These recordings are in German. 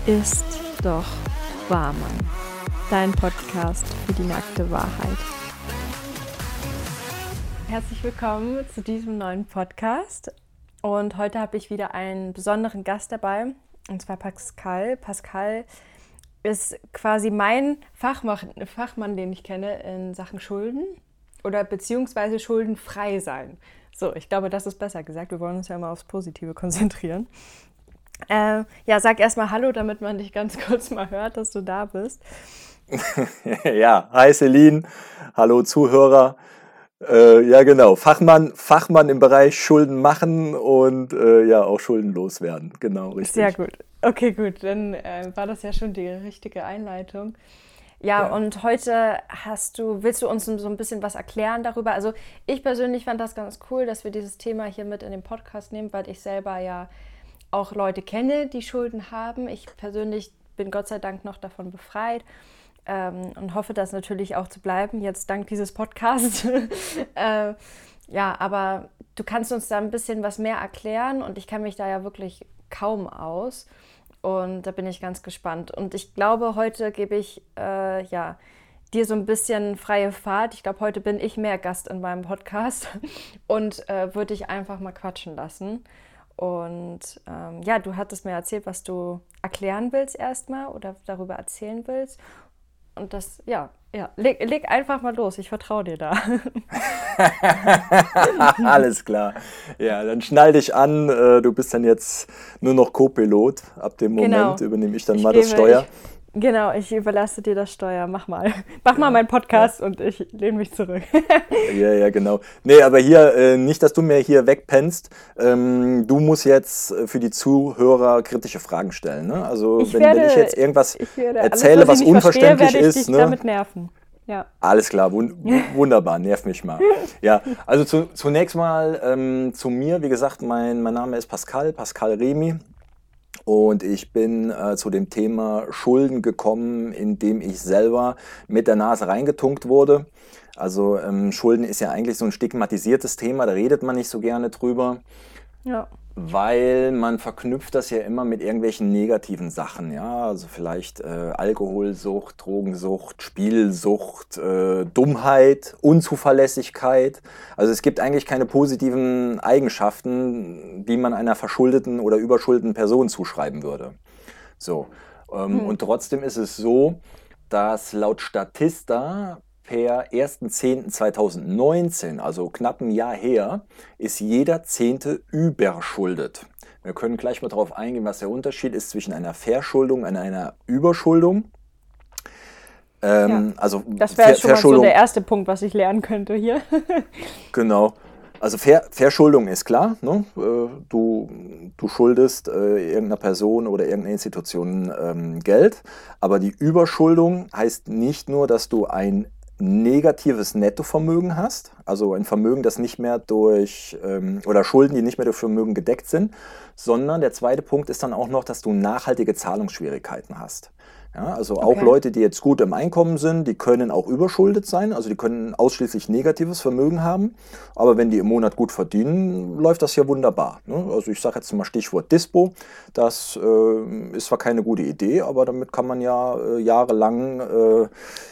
Ist doch wahr, Mann. Dein Podcast für die nackte Wahrheit. Herzlich willkommen zu diesem neuen Podcast. Und heute habe ich wieder einen besonderen Gast dabei, und zwar Pascal. Pascal ist quasi mein Fachmann, den ich kenne in Sachen Schulden oder beziehungsweise schuldenfrei sein. So, ich glaube, das ist besser gesagt. Wir wollen uns ja immer aufs Positive konzentrieren. Sag erstmal Hallo, damit man dich ganz kurz mal hört, dass du da bist. Ja, hi Celine, hallo Zuhörer. Ja genau, Fachmann im Bereich Schulden machen und auch Schulden loswerden. Genau, richtig. Sehr gut. Okay, gut, dann war das ja schon die richtige Einleitung. Ja, und heute willst du uns so ein bisschen was erklären darüber? Also ich persönlich fand das ganz cool, dass wir dieses Thema hier mit in den Podcast nehmen, weil ich selber ja auch Leute kenne, die Schulden haben. Ich persönlich bin Gott sei Dank noch davon befreit und hoffe, das natürlich auch zu bleiben, jetzt dank dieses Podcasts. Aber du kannst uns da ein bisschen was mehr erklären und ich kenne mich da ja wirklich kaum aus. Und da bin ich ganz gespannt. Und ich glaube, heute gebe ich dir so ein bisschen freie Fahrt. Ich glaube, heute bin ich mehr Gast in meinem Podcast und würde dich einfach mal quatschen lassen. Und du hattest mir erzählt, was du erklären willst erstmal oder darüber erzählen willst. Und das, leg einfach mal los. Ich vertraue dir da. Alles klar. Ja, dann schnall dich an. Du bist dann jetzt nur noch Co-Pilot. Ab dem Moment übernehme ich dann mal das Steuer. Ich überlasse dir das Steuer. Mach mal meinen Podcast und ich lehne mich zurück. Ja, genau. Nee, aber hier, nicht, dass du mir hier wegpennst. Du musst jetzt für die Zuhörer kritische Fragen stellen. Ne? Also wenn ich jetzt irgendwas erzähle, was unverständlich werde ich ist. Dich damit nerven. Ja. Alles klar, wunderbar, nerv mich mal. Ja, also zunächst mal zu mir. Wie gesagt, mein Name ist Pascal Remy. Und ich bin zu dem Thema Schulden gekommen, indem ich selber mit der Nase reingetunkt wurde. Also Schulden ist ja eigentlich so ein stigmatisiertes Thema, da redet man nicht so gerne drüber. Ja. Weil man verknüpft das ja immer mit irgendwelchen negativen Sachen, ja, also vielleicht Alkoholsucht, Drogensucht, Spielsucht, Dummheit, Unzuverlässigkeit. Also es gibt eigentlich keine positiven Eigenschaften, die man einer verschuldeten oder überschuldeten Person zuschreiben würde. So, und trotzdem ist es so, dass laut Statista per 1.10.2019, also knapp ein Jahr her, ist jeder Zehnte überschuldet. Wir können gleich mal darauf eingehen, was der Unterschied ist zwischen einer Verschuldung und einer Überschuldung. Also das wäre schon mal so der erste Punkt, was ich lernen könnte hier. Genau. Also Verschuldung ist klar, ne? Du schuldest irgendeiner Person oder irgendeiner Institution Geld, aber die Überschuldung heißt nicht nur, dass du ein negatives Nettovermögen hast, also ein Vermögen, das nicht mehr oder Schulden, die nicht mehr durch Vermögen gedeckt sind, sondern der zweite Punkt ist dann auch noch, dass du nachhaltige Zahlungsschwierigkeiten hast. Ja, also auch Leute, die jetzt gut im Einkommen sind, die können auch überschuldet sein, also die können ausschließlich negatives Vermögen haben, aber wenn die im Monat gut verdienen, läuft das ja wunderbar. Ne? Also ich sage jetzt mal Stichwort Dispo, das ist zwar keine gute Idee, aber damit kann man ja jahrelang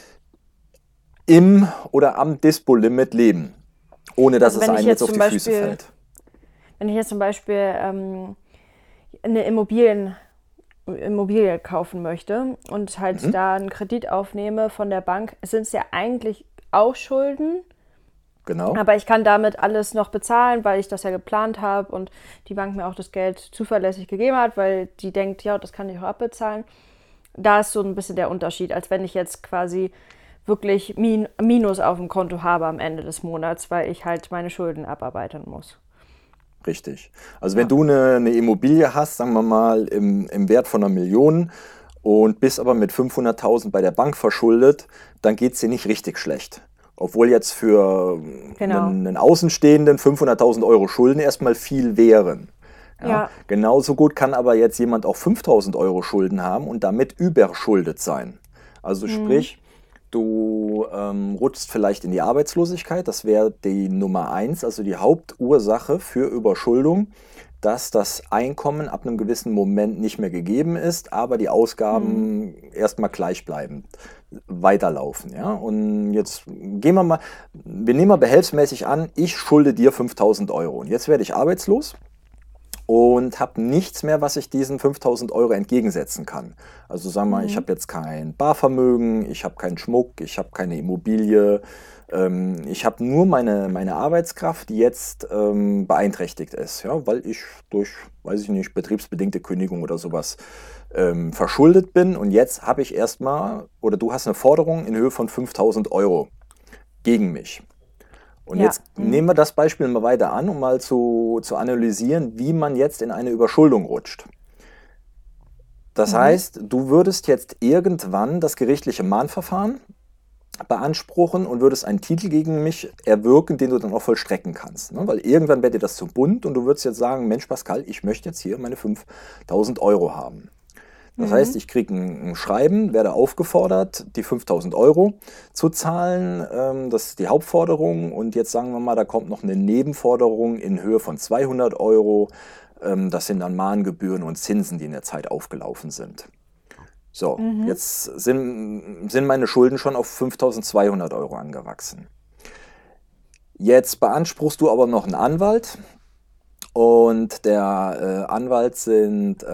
im oder am Dispo-Limit leben, ohne dass es einem jetzt auf die Füße fällt. Wenn ich jetzt zum Beispiel eine Immobilie kaufen möchte und halt da einen Kredit aufnehme von der Bank, sind es ja eigentlich auch Schulden. Genau. Aber ich kann damit alles noch bezahlen, weil ich das ja geplant habe und die Bank mir auch das Geld zuverlässig gegeben hat, weil die denkt, ja, das kann ich auch abbezahlen. Da ist so ein bisschen der Unterschied, als wenn ich jetzt quasi wirklich Minus auf dem Konto habe am Ende des Monats, weil ich halt meine Schulden abarbeiten muss. Richtig. Also wenn du eine Immobilie hast, sagen wir mal im Wert von 1 Million und bist aber mit 500.000 bei der Bank verschuldet, dann geht es dir nicht richtig schlecht. Obwohl jetzt für einen Außenstehenden 500.000 Euro Schulden erstmal viel wären. Ja. Genauso gut kann aber jetzt jemand auch 5.000 Euro Schulden haben und damit überschuldet sein. Also sprich, du rutschst vielleicht in die Arbeitslosigkeit, das wäre die Nummer 1, also die Hauptursache für Überschuldung. dass das Einkommen ab einem gewissen Moment nicht mehr gegeben ist, aber die Ausgaben erstmal gleichbleibend weiterlaufen. Ja? Und jetzt wir nehmen mal behelfsmäßig an, ich schulde dir 5.000 Euro und jetzt werde ich arbeitslos und habe nichts mehr, was ich diesen 5.000 Euro entgegensetzen kann. Also sagen wir mal, ich habe jetzt kein Barvermögen, ich habe keinen Schmuck, ich habe keine Immobilie, ich habe nur meine Arbeitskraft, die jetzt beeinträchtigt ist, ja, weil ich durch, weiß ich nicht, betriebsbedingte Kündigung oder sowas verschuldet bin. Und jetzt habe ich erstmal, oder du hast eine Forderung in Höhe von 5.000 Euro gegen mich. Und jetzt nehmen wir das Beispiel mal weiter an, um mal zu analysieren, wie man jetzt in eine Überschuldung rutscht. Das heißt, du würdest jetzt irgendwann das gerichtliche Mahnverfahren beanspruchen und würdest einen Titel gegen mich erwirken, den du dann auch vollstrecken kannst. Ne? Weil irgendwann wird dir das zu bunt und du würdest jetzt sagen, Mensch Pascal, ich möchte jetzt hier meine 5.000 Euro haben. Das heißt, ich kriege ein Schreiben, werde aufgefordert, die 5.000 Euro zu zahlen. Das ist die Hauptforderung. Und jetzt sagen wir mal, da kommt noch eine Nebenforderung in Höhe von 200 Euro. Das sind dann Mahngebühren und Zinsen, die in der Zeit aufgelaufen sind. So, jetzt sind meine Schulden schon auf 5.200 Euro angewachsen. Jetzt beanspruchst du aber noch einen Anwalt. Und der Anwalt sind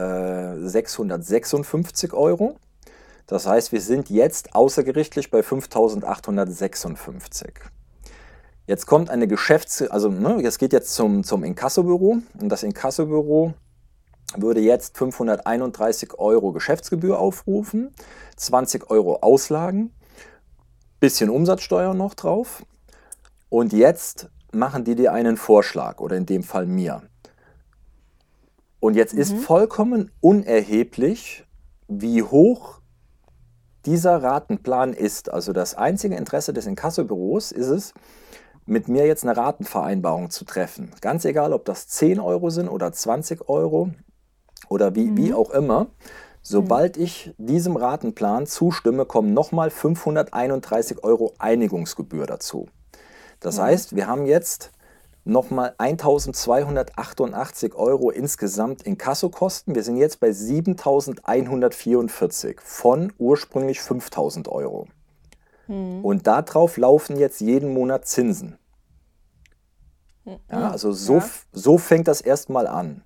656 Euro. Das heißt, wir sind jetzt außergerichtlich bei 5.856. Jetzt kommt eine es geht jetzt zum Inkassobüro. Und das Inkassobüro würde jetzt 531 Euro Geschäftsgebühr aufrufen, 20 Euro Auslagen, bisschen Umsatzsteuer noch drauf. Und jetzt machen die dir einen Vorschlag, oder in dem Fall mir. Und jetzt ist vollkommen unerheblich, wie hoch dieser Ratenplan ist. Also das einzige Interesse des Inkassobüros ist es, mit mir jetzt eine Ratenvereinbarung zu treffen. Ganz egal, ob das 10 Euro sind oder 20 Euro oder wie auch immer. Sobald ich diesem Ratenplan zustimme, kommen nochmal 531 Euro Einigungsgebühr dazu. Das heißt, wir haben jetzt nochmal 1.288 Euro insgesamt Inkassokosten. Wir sind jetzt bei 7.144 von ursprünglich 5.000 Euro. Und darauf laufen jetzt jeden Monat Zinsen. Ja, also so fängt das erstmal an.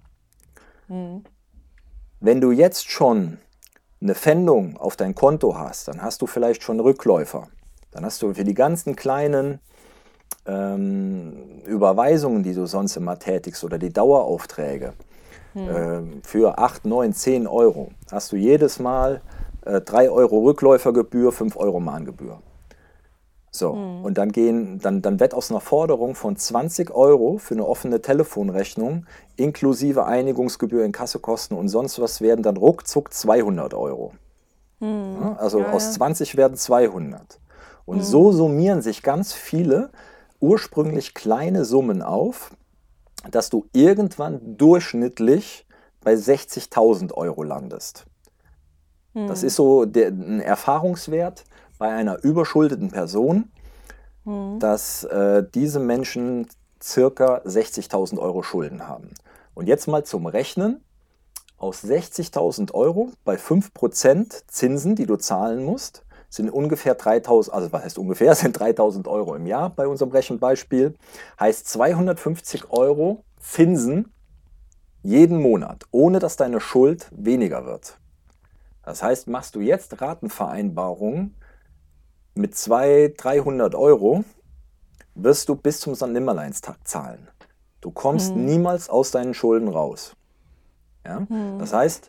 Wenn du jetzt schon eine Pfändung auf dein Konto hast, dann hast du vielleicht schon Rückläufer. Dann hast du für die ganzen kleinen Überweisungen, die du sonst immer tätigst, oder die Daueraufträge für 8, 9, 10 Euro, hast du jedes Mal 3 Euro Rückläufergebühr, 5 Euro Mahngebühr. So, und dann wird aus einer Forderung von 20 Euro für eine offene Telefonrechnung inklusive Einigungsgebühr, Inkassokosten und sonst was werden dann ruckzuck 200 Euro. Ja, also aus 20 werden 200. Und so summieren sich ganz viele ursprünglich kleine Summen auf, dass du irgendwann durchschnittlich bei 60.000 Euro landest. Das ist so ein Erfahrungswert bei einer überschuldeten Person, dass diese Menschen circa 60.000 Euro Schulden haben. Und jetzt mal zum Rechnen. Aus 60.000 Euro bei 5% Zinsen, die du zahlen musst, sind ungefähr 3.000, also was heißt ungefähr, sind 3.000 Euro im Jahr bei unserem Rechenbeispiel. Heißt 250 Euro Zinsen jeden Monat, ohne dass deine Schuld weniger wird. Das heißt, machst du jetzt Ratenvereinbarungen mit 200, 300 Euro, wirst du bis zum Sankt-Nimmerleinstag zahlen. Du kommst niemals aus deinen Schulden raus. Ja? Das heißt,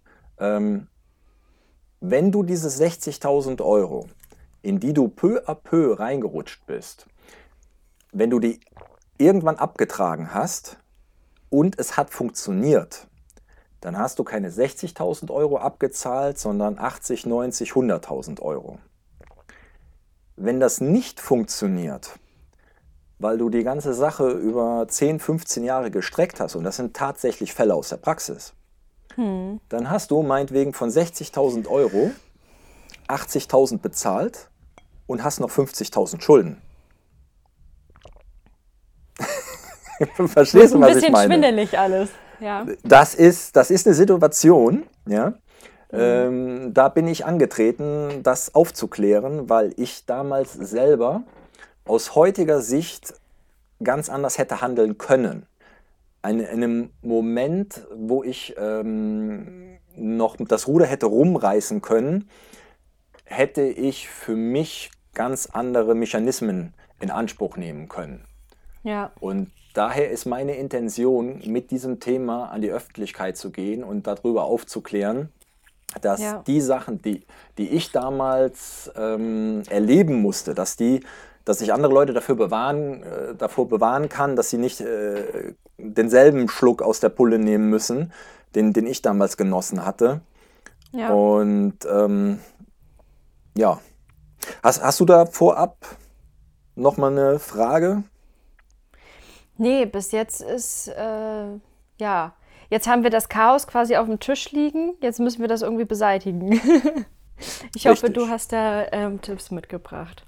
wenn du diese 60.000 Euro, in die du peu à peu reingerutscht bist, wenn du die irgendwann abgetragen hast und es hat funktioniert, dann hast du keine 60.000 Euro abgezahlt, sondern 80, 90, 100.000 Euro. Wenn das nicht funktioniert, weil du die ganze Sache über 10, 15 Jahre gestreckt hast, und das sind tatsächlich Fälle aus der Praxis, dann hast du meinetwegen von 60.000 Euro 80.000 bezahlt und hast noch 50.000 Schulden. Verstehst du, was ich meine? Ein bisschen schwindelig alles. Ja. Das ist eine Situation, ja. Da bin ich angetreten, das aufzuklären, weil ich damals selber aus heutiger Sicht ganz anders hätte handeln können. In einem Moment, wo ich noch das Ruder hätte rumreißen können, hätte ich für mich ganz andere Mechanismen in Anspruch nehmen können. Ja. Und daher ist meine Intention, mit diesem Thema an die Öffentlichkeit zu gehen und darüber aufzuklären, dass Ja. die Sachen, die ich damals erleben musste, dass ich andere Leute davor bewahren kann, dass sie nicht denselben Schluck aus der Pulle nehmen müssen, den ich damals genossen hatte. Ja. Und ja, hast du da vorab nochmal eine Frage? Nee, bis jetzt ist, ja, jetzt haben wir das Chaos quasi auf dem Tisch liegen. Jetzt müssen wir das irgendwie beseitigen. Ich hoffe, Richtig. du hast da Tipps mitgebracht.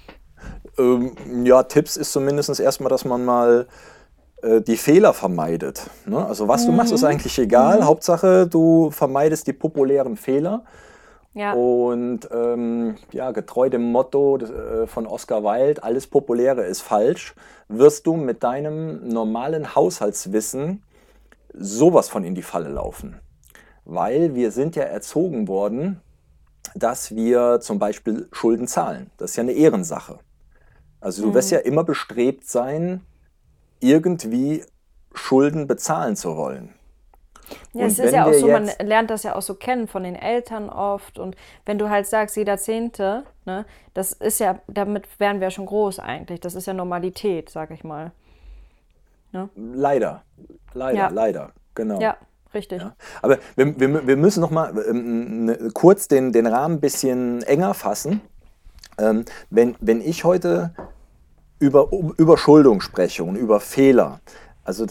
Ja, Tipps ist zumindest erstmal, dass man mal die Fehler vermeidet. Ne? Also was du machst, ist eigentlich egal. Hauptsache, du vermeidest die populären Fehler. Ja. Und ja, getreu dem Motto von Oscar Wilde, alles Populäre ist falsch, wirst du mit deinem normalen Haushaltswissen sowas von in die Falle laufen. Weil wir sind ja erzogen worden, dass wir zum Beispiel Schulden zahlen. Das ist ja eine Ehrensache. Also du wirst ja immer bestrebt sein, irgendwie Schulden bezahlen zu wollen. Ja, es Und ist wenn ja auch wir so, man jetzt, lernt das ja auch so kennen von den Eltern oft. Und wenn du halt sagst, jeder Zehnte, ne, das ist ja, damit wären wir schon groß eigentlich. Das ist ja Normalität, sag ich mal. Ne? leider, Ja, genau. ja, richtig. Ja. Aber wir müssen noch mal kurz den Rahmen ein bisschen enger fassen. Wenn ich heute über Überschuldung spreche und über Fehler, also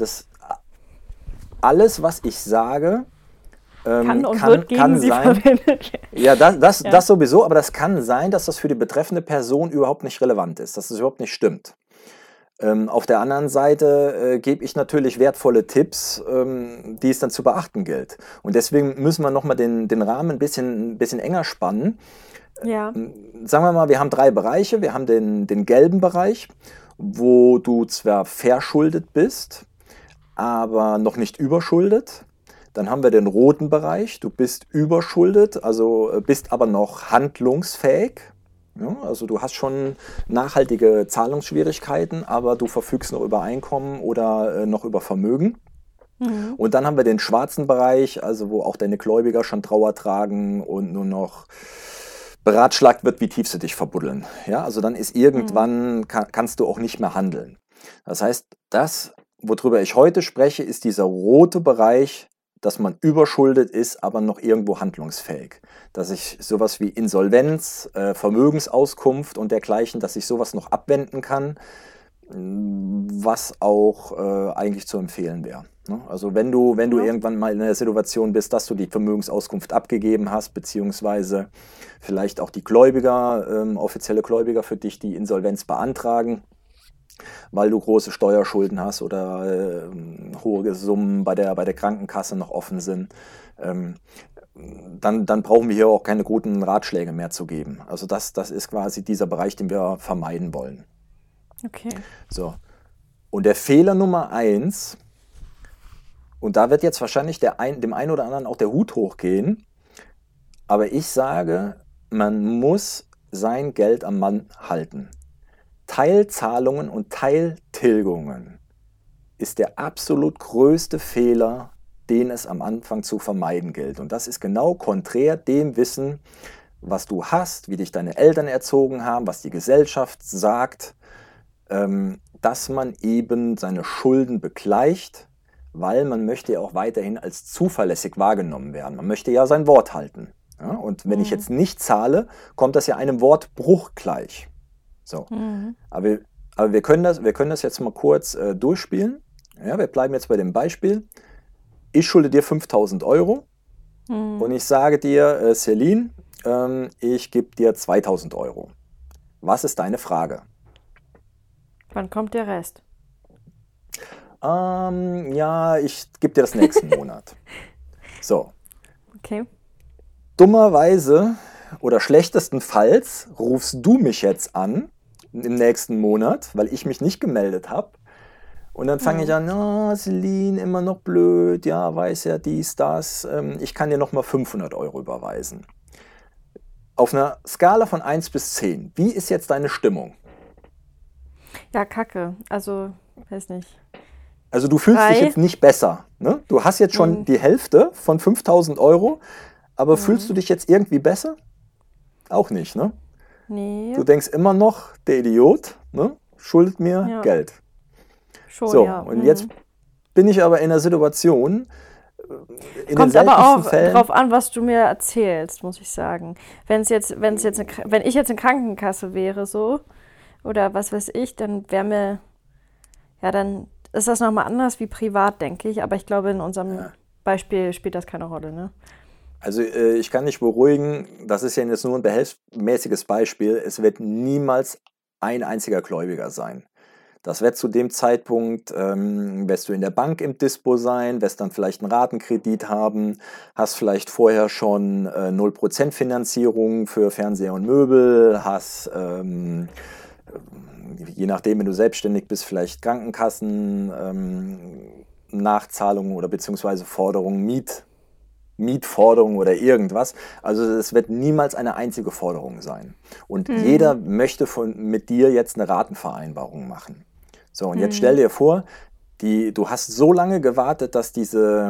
alles, was ich sage, Kann und wird gegen kann sie sein, verwendet werden. ja, das Ja. sowieso, aber das kann sein, dass das für die betreffende Person überhaupt nicht relevant ist, dass das überhaupt nicht stimmt. Auf der anderen Seite gebe ich natürlich wertvolle Tipps, die es dann zu beachten gilt. Und deswegen müssen wir nochmal den Rahmen ein bisschen enger spannen. Ja. Sagen wir mal, wir haben 3 Bereiche. Wir haben den gelben Bereich, wo du zwar verschuldet bist, aber noch nicht überschuldet. Dann haben wir den roten Bereich, du bist überschuldet, also bist aber noch handlungsfähig. Ja, also du hast schon nachhaltige Zahlungsschwierigkeiten, aber du verfügst noch über Einkommen oder noch über Vermögen. Und dann haben wir den schwarzen Bereich, also wo auch deine Gläubiger schon Trauer tragen und nur noch beratschlagt wird, wie tief sie dich verbuddeln. Ja, also dann ist irgendwann, kannst du auch nicht mehr handeln. Das heißt, das, worüber ich heute spreche, ist dieser rote Bereich, dass man überschuldet ist, aber noch irgendwo handlungsfähig. Dass ich sowas wie Insolvenz, Vermögensauskunft und dergleichen, dass ich sowas noch abwenden kann, was auch eigentlich zu empfehlen wäre. Ne? Also wenn du Ja. irgendwann mal in der Situation bist, dass du die Vermögensauskunft abgegeben hast, beziehungsweise vielleicht auch die Gläubiger, offizielle Gläubiger für dich die Insolvenz beantragen, weil du große Steuerschulden hast oder hohe Summen bei der Krankenkasse noch offen sind, dann brauchen wir hier auch keine guten Ratschläge mehr zu geben. Also das ist quasi dieser Bereich, den wir vermeiden wollen. Okay. So. Und der Fehler Nummer 1, und da wird jetzt wahrscheinlich dem einen oder anderen auch der Hut hochgehen, aber ich sage, man muss sein Geld am Mann halten. Teilzahlungen und Teiltilgungen ist der absolut größte Fehler, den es am Anfang zu vermeiden gilt. Und das ist genau konträr dem Wissen, was du hast, wie dich deine Eltern erzogen haben, was die Gesellschaft sagt, dass man eben seine Schulden begleicht, weil man möchte ja auch weiterhin als zuverlässig wahrgenommen werden. Man möchte ja sein Wort halten. Ja? Und wenn ich jetzt nicht zahle, kommt das ja einem Wortbruch gleich. So. Aber wir können das jetzt mal kurz durchspielen. Ja, wir bleiben jetzt bei dem Beispiel. Ich schulde dir 5.000 Euro und ich sage dir, Celine, ich gebe dir 2.000 Euro. Was ist deine Frage? Wann kommt der Rest? Ja, ich gebe dir das nächsten Monat. So, Okay. dummerweise oder schlechtestenfalls rufst du mich jetzt an im nächsten Monat, weil ich mich nicht gemeldet habe. Und dann fange ich Hm. an, Celine, immer noch blöd, ja, weiß ja dies, das, ich kann dir nochmal 500 € überweisen. Auf einer Skala von 1 bis 10, wie ist jetzt deine Stimmung? Ja, Kacke. Also, weiß nicht. Also du fühlst dich 3? jetzt nicht besser, ne? Du hast jetzt schon Nee. die Hälfte von 5.000 €, aber fühlst Hm. du dich jetzt irgendwie besser? Auch nicht, ne? Nee. Du denkst immer noch, der Idiot, ne, schuldet mir Ja, Geld. schon, So, ja. und jetzt Hm. bin ich aber in einer Situation, in den Kommt aber seltensten auch Fällen, drauf an, was du mir erzählst, muss ich sagen. Wenn ich jetzt eine Krankenkasse wäre, so, oder was weiß ich, dann wäre mir, ja, dann ist das nochmal anders wie privat, denke ich. Aber ich glaube, in unserem ja, Beispiel spielt das keine Rolle, ne? also ich kann dich beruhigen, das ist ja jetzt nur ein behelfsmäßiges Beispiel, es wird niemals ein einziger Gläubiger sein. Das wird zu dem Zeitpunkt, wirst du in der Bank im Dispo sein, wirst dann vielleicht einen Ratenkredit haben, hast vielleicht vorher schon 0% Finanzierung für Fernseher und Möbel, hast, je nachdem, wenn du selbstständig bist, vielleicht Krankenkassen, Nachzahlungen oder beziehungsweise Forderungen, Mietforderung oder irgendwas. Also es wird niemals eine einzige Forderung sein. Und jeder Mhm. möchte mit dir jetzt eine Ratenvereinbarung machen. So, und jetzt stell Mhm. dir vor, du hast so lange gewartet, dass diese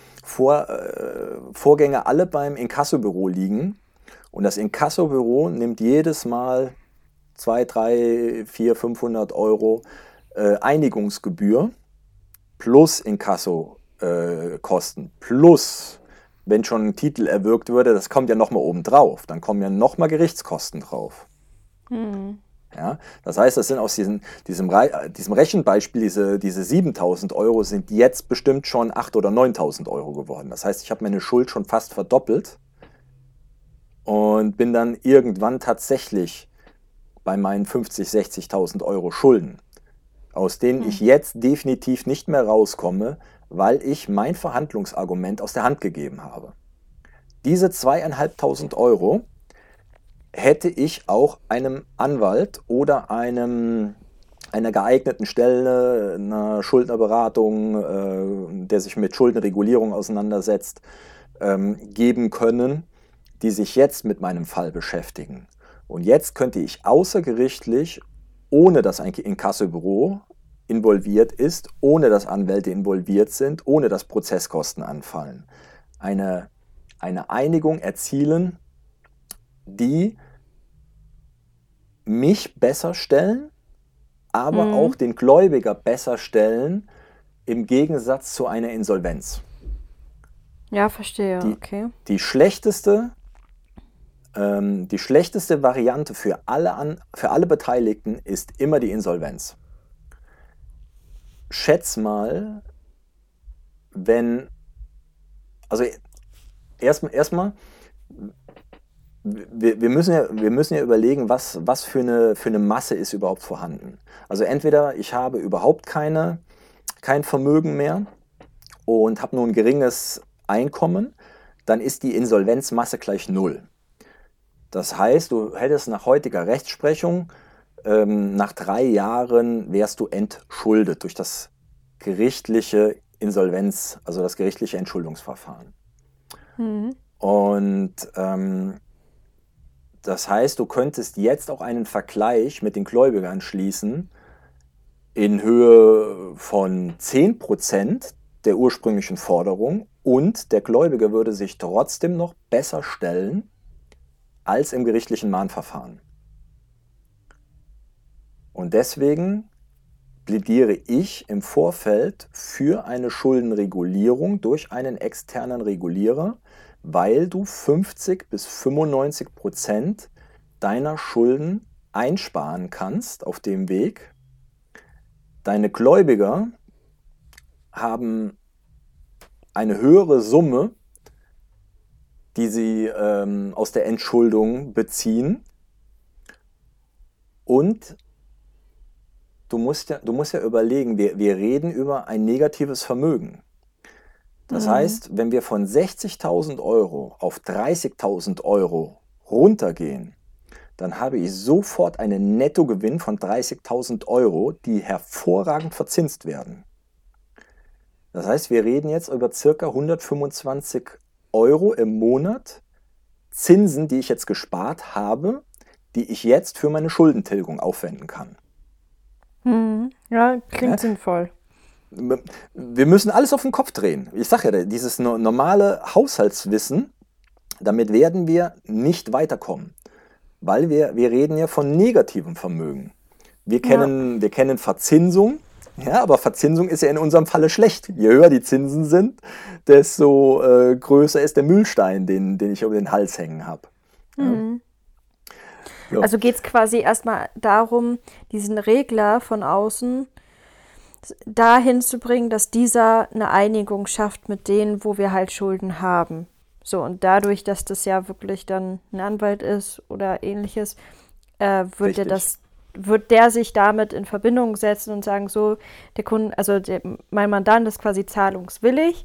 Vorgänge alle beim Inkassobüro liegen. Und das Inkassobüro nimmt jedes Mal 2, 3, 4, 500 € Einigungsgebühr plus Inkasso-Kosten plus, wenn schon ein Titel erwirkt würde, das kommt ja nochmal oben drauf. Dann kommen ja nochmal Gerichtskosten drauf. Mhm. Ja, das heißt, das sind aus diesem Rechenbeispiel, diese 7.000 € sind jetzt bestimmt schon 8.000 oder 9.000 € geworden. Das heißt, ich habe meine Schuld schon fast verdoppelt und bin dann irgendwann tatsächlich bei meinen 50.000, 60.000 € Schulden, aus denen ich Mhm. jetzt definitiv nicht mehr rauskomme, weil ich mein Verhandlungsargument aus der Hand gegeben habe. Diese 2.500 € hätte ich auch einem Anwalt oder einer geeigneten Stelle, einer Schuldnerberatung, der sich mit Schuldenregulierung auseinandersetzt, geben können, die sich jetzt mit meinem Fall beschäftigen. Und jetzt könnte ich außergerichtlich, ohne dass ein Inkassobüro involviert ist, ohne dass Anwälte involviert sind, ohne dass Prozesskosten anfallen, eine, eine Einigung erzielen, die mich besser stellen, aber auch Mhm. den Gläubiger besser stellen, im Gegensatz zu einer Insolvenz. Ja, verstehe, Die, okay. die schlechteste die schlechteste Variante für alle Beteiligten ist immer die Insolvenz. Schätz mal, wenn, also erstmal, wir müssen ja überlegen, was für eine Masse ist überhaupt vorhanden. Also entweder ich habe überhaupt kein Vermögen mehr und habe nur ein geringes Einkommen, dann ist die Insolvenzmasse gleich null. Das heißt, du hättest nach heutiger Rechtsprechung, nach 3 Jahren wärst du entschuldet durch das gerichtliche also das gerichtliche Entschuldungsverfahren. Mhm. Und das heißt, du könntest jetzt auch einen Vergleich mit den Gläubigern schließen in Höhe von 10% der ursprünglichen Forderung und der Gläubiger würde sich trotzdem noch besser stellen als im gerichtlichen Mahnverfahren. Und deswegen plädiere ich im Vorfeld für eine Schuldenregulierung durch einen externen Regulierer, weil du 50 bis 95% deiner Schulden einsparen kannst auf dem Weg. Deine Gläubiger haben eine höhere Summe, die sie aus der Entschuldung beziehen und du musst ja überlegen, wir reden über ein negatives Vermögen. Das heißt, wenn wir von 60.000 Euro auf 30.000 Euro runtergehen, dann habe ich sofort einen Nettogewinn von 30.000 Euro, die hervorragend verzinst werden. Das heißt, wir reden jetzt über ca. 125 Euro im Monat Zinsen, die ich jetzt gespart habe, die ich jetzt für meine Schuldentilgung aufwenden kann. Ja, klingt sinnvoll. Wir müssen alles auf den Kopf drehen. Ich sage ja, dieses normale Haushaltswissen, damit werden wir nicht weiterkommen. Weil wir reden ja von negativem Vermögen. Wir kennen Verzinsung, ja, aber Verzinsung ist ja in unserem Falle schlecht. Je höher die Zinsen sind, desto größer ist der Mühlstein, den ich über den Hals hängen habe. Ja. Also geht es quasi erstmal darum, diesen Regler von außen dahin zu bringen, dass dieser eine Einigung schafft mit denen, wo wir halt Schulden haben. So, und dadurch, dass das ja wirklich dann ein Anwalt ist oder ähnliches, wird der sich damit in Verbindung setzen und sagen, so, der Kunde, also mein Mandant ist quasi zahlungswillig,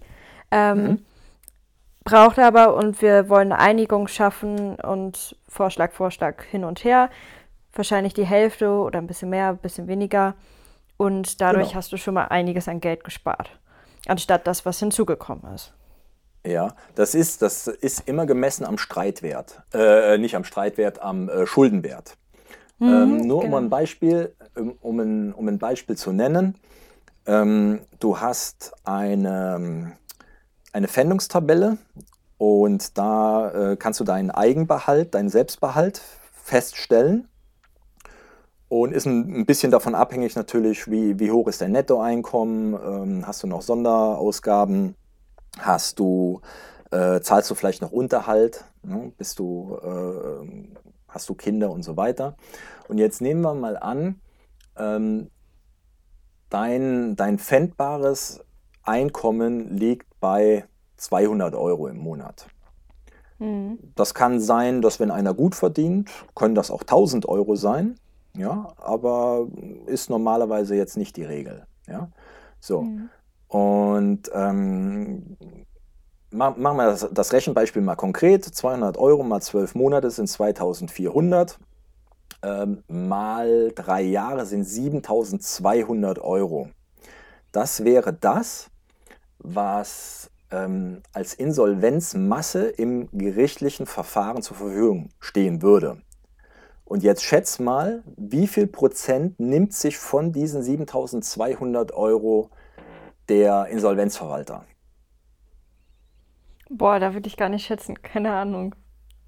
braucht aber und wir wollen eine Einigung schaffen und Vorschlag hin und her, wahrscheinlich die Hälfte oder ein bisschen mehr, ein bisschen weniger und dadurch hast du schon mal einiges an Geld gespart, anstatt das, was hinzugekommen ist. Ja, das ist immer gemessen am Streitwert, nicht am Streitwert, am Schuldenwert. Um ein Beispiel zu nennen, du hast eine Pfändungstabelle und da kannst du deinen Eigenbehalt, deinen Selbstbehalt feststellen und ist ein bisschen davon abhängig natürlich, wie hoch ist dein Nettoeinkommen, hast du noch Sonderausgaben, zahlst du vielleicht noch Unterhalt, ne? Hast du Kinder und so weiter. Und jetzt nehmen wir mal an, dein pfändbares Einkommen liegt bei 200 Euro im Monat. Das kann sein, dass wenn einer gut verdient, können das auch 1.000 Euro sein, ja, aber ist normalerweise jetzt nicht die Regel. Ja? So. Und machen wir das Rechenbeispiel mal konkret. 200 Euro mal 12 Monate sind 2.400. Mal 3 Jahre sind 7.200 Euro. Das wäre das, was als Insolvenzmasse im gerichtlichen Verfahren zur Verfügung stehen würde. Und jetzt schätz mal, wie viel Prozent nimmt sich von diesen 7.200 Euro der Insolvenzverwalter? Boah, da würde ich gar nicht schätzen, keine Ahnung.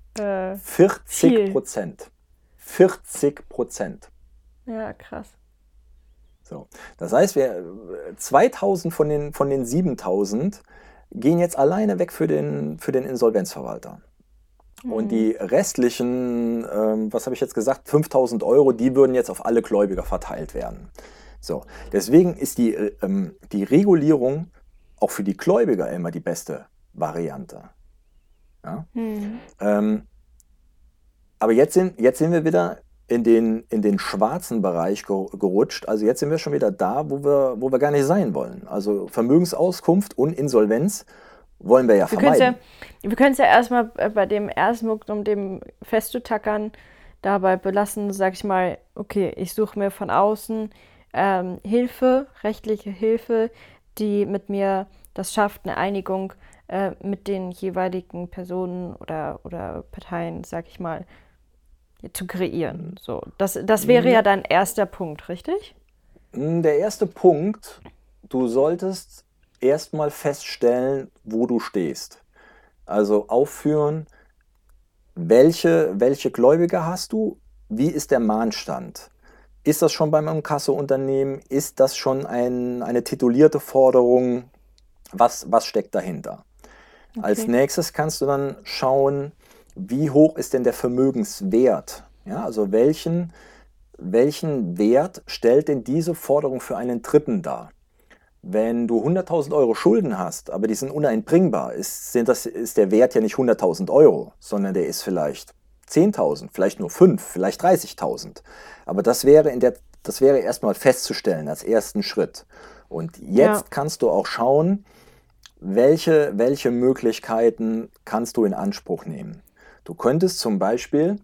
40%. 40%. Ja, krass. So. Das heißt, 2.000 von den 7.000 gehen jetzt alleine weg für den Insolvenzverwalter. Und die restlichen, was habe ich jetzt gesagt, 5.000 Euro, die würden jetzt auf alle Gläubiger verteilt werden. So. Deswegen ist die Regulierung auch für die Gläubiger immer die beste Variante. Ja? Aber jetzt sind wir wieder in den schwarzen Bereich gerutscht. Also jetzt sind wir schon wieder da, wo wir gar nicht sein wollen. Also Vermögensauskunft und Insolvenz wollen wir ja vermeiden. Wir können es ja erstmal bei dem ersten Punkt, um dem festzutackern, dabei belassen, sag ich mal, okay, ich suche mir von außen Hilfe, rechtliche Hilfe, die mit mir das schafft, eine Einigung mit den jeweiligen Personen oder Parteien, sag ich mal, zu kreieren. So, das wäre ja dein erster Punkt, richtig? Der erste Punkt, du solltest erstmal feststellen, wo du stehst. Also aufführen, welche Gläubiger hast du, wie ist der Mahnstand? Ist das schon beim Inkasso-Unternehmen? Ist das schon eine titulierte Forderung? Was steckt dahinter? Okay. Als nächstes kannst du dann schauen, wie hoch ist denn der Vermögenswert? Ja, also welchen Wert stellt denn diese Forderung für einen Dritten dar? Wenn du 100.000 Euro Schulden hast, aber die sind uneinbringbar, ist der Wert ja nicht 100.000 Euro, sondern der ist vielleicht 10.000, vielleicht nur 5, vielleicht 30.000. Aber das wäre erstmal festzustellen als ersten Schritt. Und Ja, jetzt kannst du auch schauen, welche Möglichkeiten kannst du in Anspruch nehmen. Du könntest zum Beispiel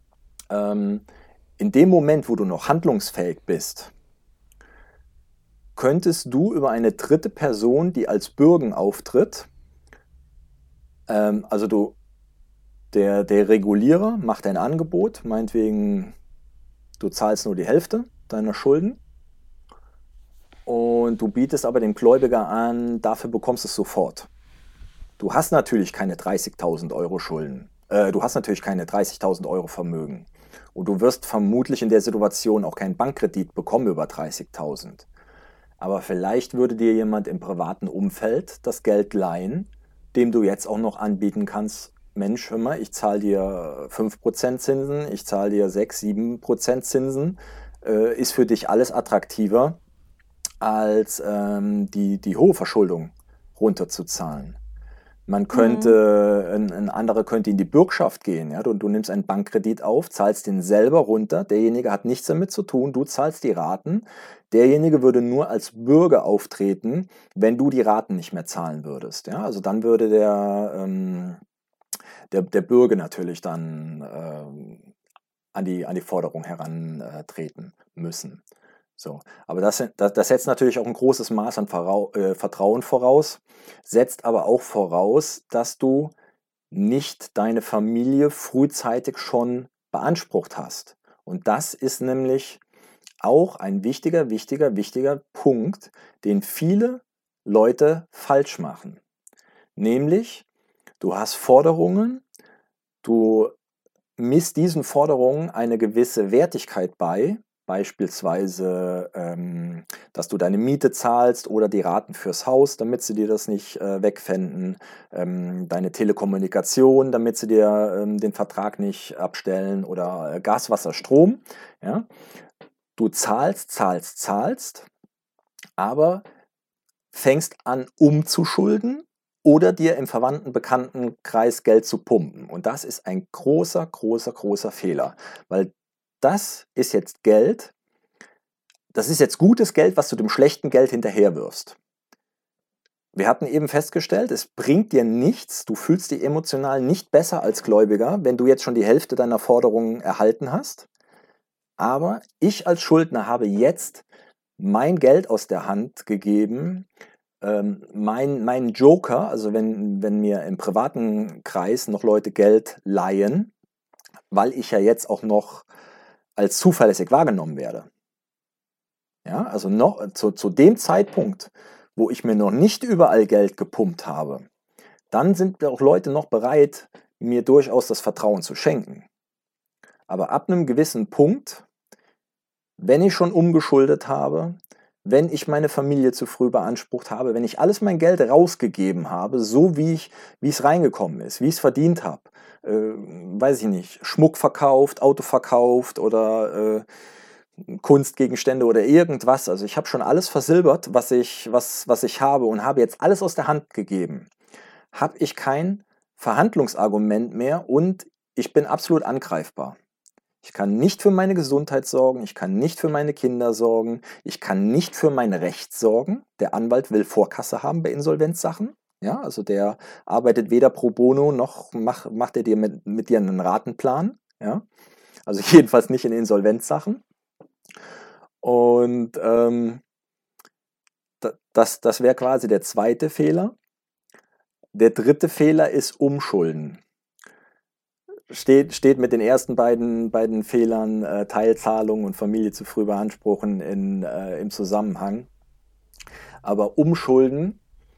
in dem Moment, wo du noch handlungsfähig bist, könntest du über eine dritte Person, die als Bürgen auftritt, also der Regulierer macht ein Angebot, meinetwegen, du zahlst nur die Hälfte deiner Schulden und du bietest aber dem Gläubiger an, dafür bekommst du es sofort. Du hast natürlich keine 30.000 Euro Schulden, du hast natürlich keine 30.000 Euro Vermögen und du wirst vermutlich in der Situation auch keinen Bankkredit bekommen über 30.000. Aber vielleicht würde dir jemand im privaten Umfeld das Geld leihen, dem du jetzt auch noch anbieten kannst, Mensch, hör mal, ich zahle dir 5% Zinsen, ich zahle dir 6, 7% Zinsen, ist für dich alles attraktiver, als die hohe Verschuldung runterzuzahlen. mhm. Ein anderer könnte in die Bürgschaft gehen. Ja? Du nimmst einen Bankkredit auf, zahlst den selber runter. Derjenige hat nichts damit zu tun, du zahlst die Raten. Derjenige würde nur als Bürger auftreten, wenn du die Raten nicht mehr zahlen würdest. Ja? Also dann würde der Bürger natürlich dann an die Forderung herantreten müssen. So. Aber das setzt natürlich auch ein großes Maß an Vertrauen voraus, setzt aber auch voraus, dass du nicht deine Familie frühzeitig schon beansprucht hast. Und das ist nämlich auch ein wichtiger Punkt, den viele Leute falsch machen. Nämlich, du hast Forderungen, du misst diesen Forderungen eine gewisse Wertigkeit bei, beispielsweise, dass du deine Miete zahlst oder die Raten fürs Haus, damit sie dir das nicht wegpfänden, deine Telekommunikation, damit sie dir den Vertrag nicht abstellen oder Gas, Wasser, Strom. Ja? Du zahlst, aber fängst an umzuschulden oder dir im verwandten Bekanntenkreis Geld zu pumpen. Und das ist ein großer Fehler, weil das ist jetzt Geld, das ist jetzt gutes Geld, was du dem schlechten Geld hinterherwirfst. Wir hatten eben festgestellt, es bringt dir nichts, du fühlst dich emotional nicht besser als Gläubiger, wenn du jetzt schon die Hälfte deiner Forderungen erhalten hast. Aber ich als Schuldner habe jetzt mein Geld aus der Hand gegeben, mein Joker, also wenn mir im privaten Kreis noch Leute Geld leihen, weil ich ja jetzt auch noch als zuverlässig wahrgenommen werde. Ja, also noch zu dem Zeitpunkt, wo ich mir noch nicht überall Geld gepumpt habe, dann sind auch Leute noch bereit, mir durchaus das Vertrauen zu schenken. Aber ab einem gewissen Punkt, wenn ich schon umgeschuldet habe, wenn ich meine Familie zu früh beansprucht habe, wenn ich alles mein Geld rausgegeben habe, so wie es reingekommen ist, wie ich es verdient habe, weiß ich nicht, Schmuck verkauft, Auto verkauft oder Kunstgegenstände oder irgendwas. Also ich habe schon alles versilbert, was ich habe und habe jetzt alles aus der Hand gegeben. Habe ich kein Verhandlungsargument mehr und ich bin absolut angreifbar. Ich kann nicht für meine Gesundheit sorgen, ich kann nicht für meine Kinder sorgen, ich kann nicht für mein Recht sorgen. Der Anwalt will Vorkasse haben bei Insolvenzsachen. Ja, also der arbeitet weder pro bono noch macht er dir mit dir einen Ratenplan. Ja, also jedenfalls nicht in Insolvenzsachen. Und das wäre quasi der zweite Fehler. Der dritte Fehler ist Umschulden. Steht mit den ersten beiden Fehlern, Teilzahlung und Familie zu früh beanspruchen, im Zusammenhang. Aber Umschulden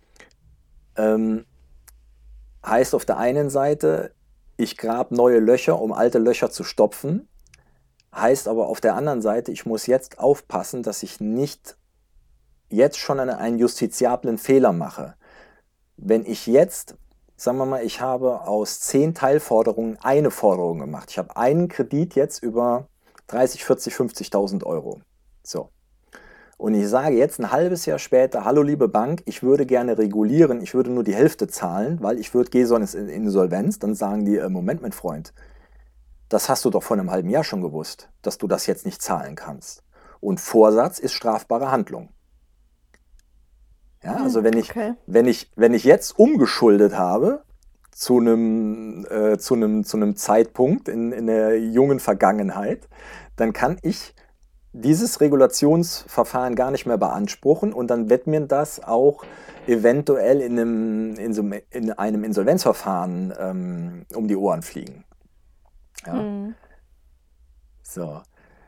heißt auf der einen Seite, ich grabe neue Löcher, um alte Löcher zu stopfen. Heißt aber auf der anderen Seite, ich muss jetzt aufpassen, dass ich nicht jetzt schon einen justiziablen Fehler mache. Wenn ich jetzt, sagen wir mal, ich habe aus 10 Teilforderungen eine Forderung gemacht. Ich habe einen Kredit jetzt über 30, 40, 50.000 Euro. So. Und ich sage jetzt ein halbes Jahr später, hallo liebe Bank, ich würde gerne regulieren, ich würde nur die Hälfte zahlen, weil gehe sonst in Insolvenz. Dann sagen die, Moment, mein Freund, das hast du doch vor einem halben Jahr schon gewusst, dass du das jetzt nicht zahlen kannst. Und Vorsatz ist strafbare Handlung. Ja, also Okay. wenn ich jetzt umgeschuldet habe zu einem Zeitpunkt in der jungen Vergangenheit, dann kann ich dieses Regulationsverfahren gar nicht mehr beanspruchen und dann wird mir das auch eventuell in einem Insolvenzverfahren um die Ohren fliegen. Ja, Mhm. so.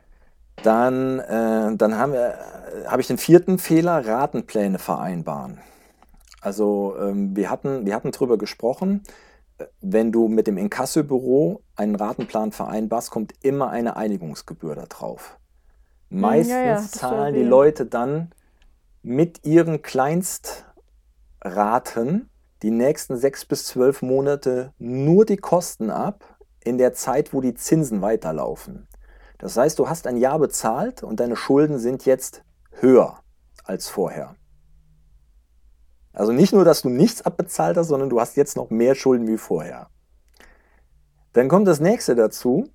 Dann habe ich den vierten Fehler, Ratenpläne vereinbaren. Also wir hatten drüber gesprochen, wenn du mit dem Inkassobüro einen Ratenplan vereinbarst, kommt immer eine Einigungsgebühr da drauf. Ja, ja, Meistens hattest du zahlen die erwähnt. Leute dann mit ihren Kleinstraten die nächsten 6 bis 12 Monate nur die Kosten ab, in der Zeit, wo die Zinsen weiterlaufen. Das heißt, du hast ein Jahr bezahlt und deine Schulden sind jetzt höher als vorher. Also nicht nur, dass du nichts abbezahlt hast, sondern du hast jetzt noch mehr Schulden wie vorher. Dann kommt das nächste dazu.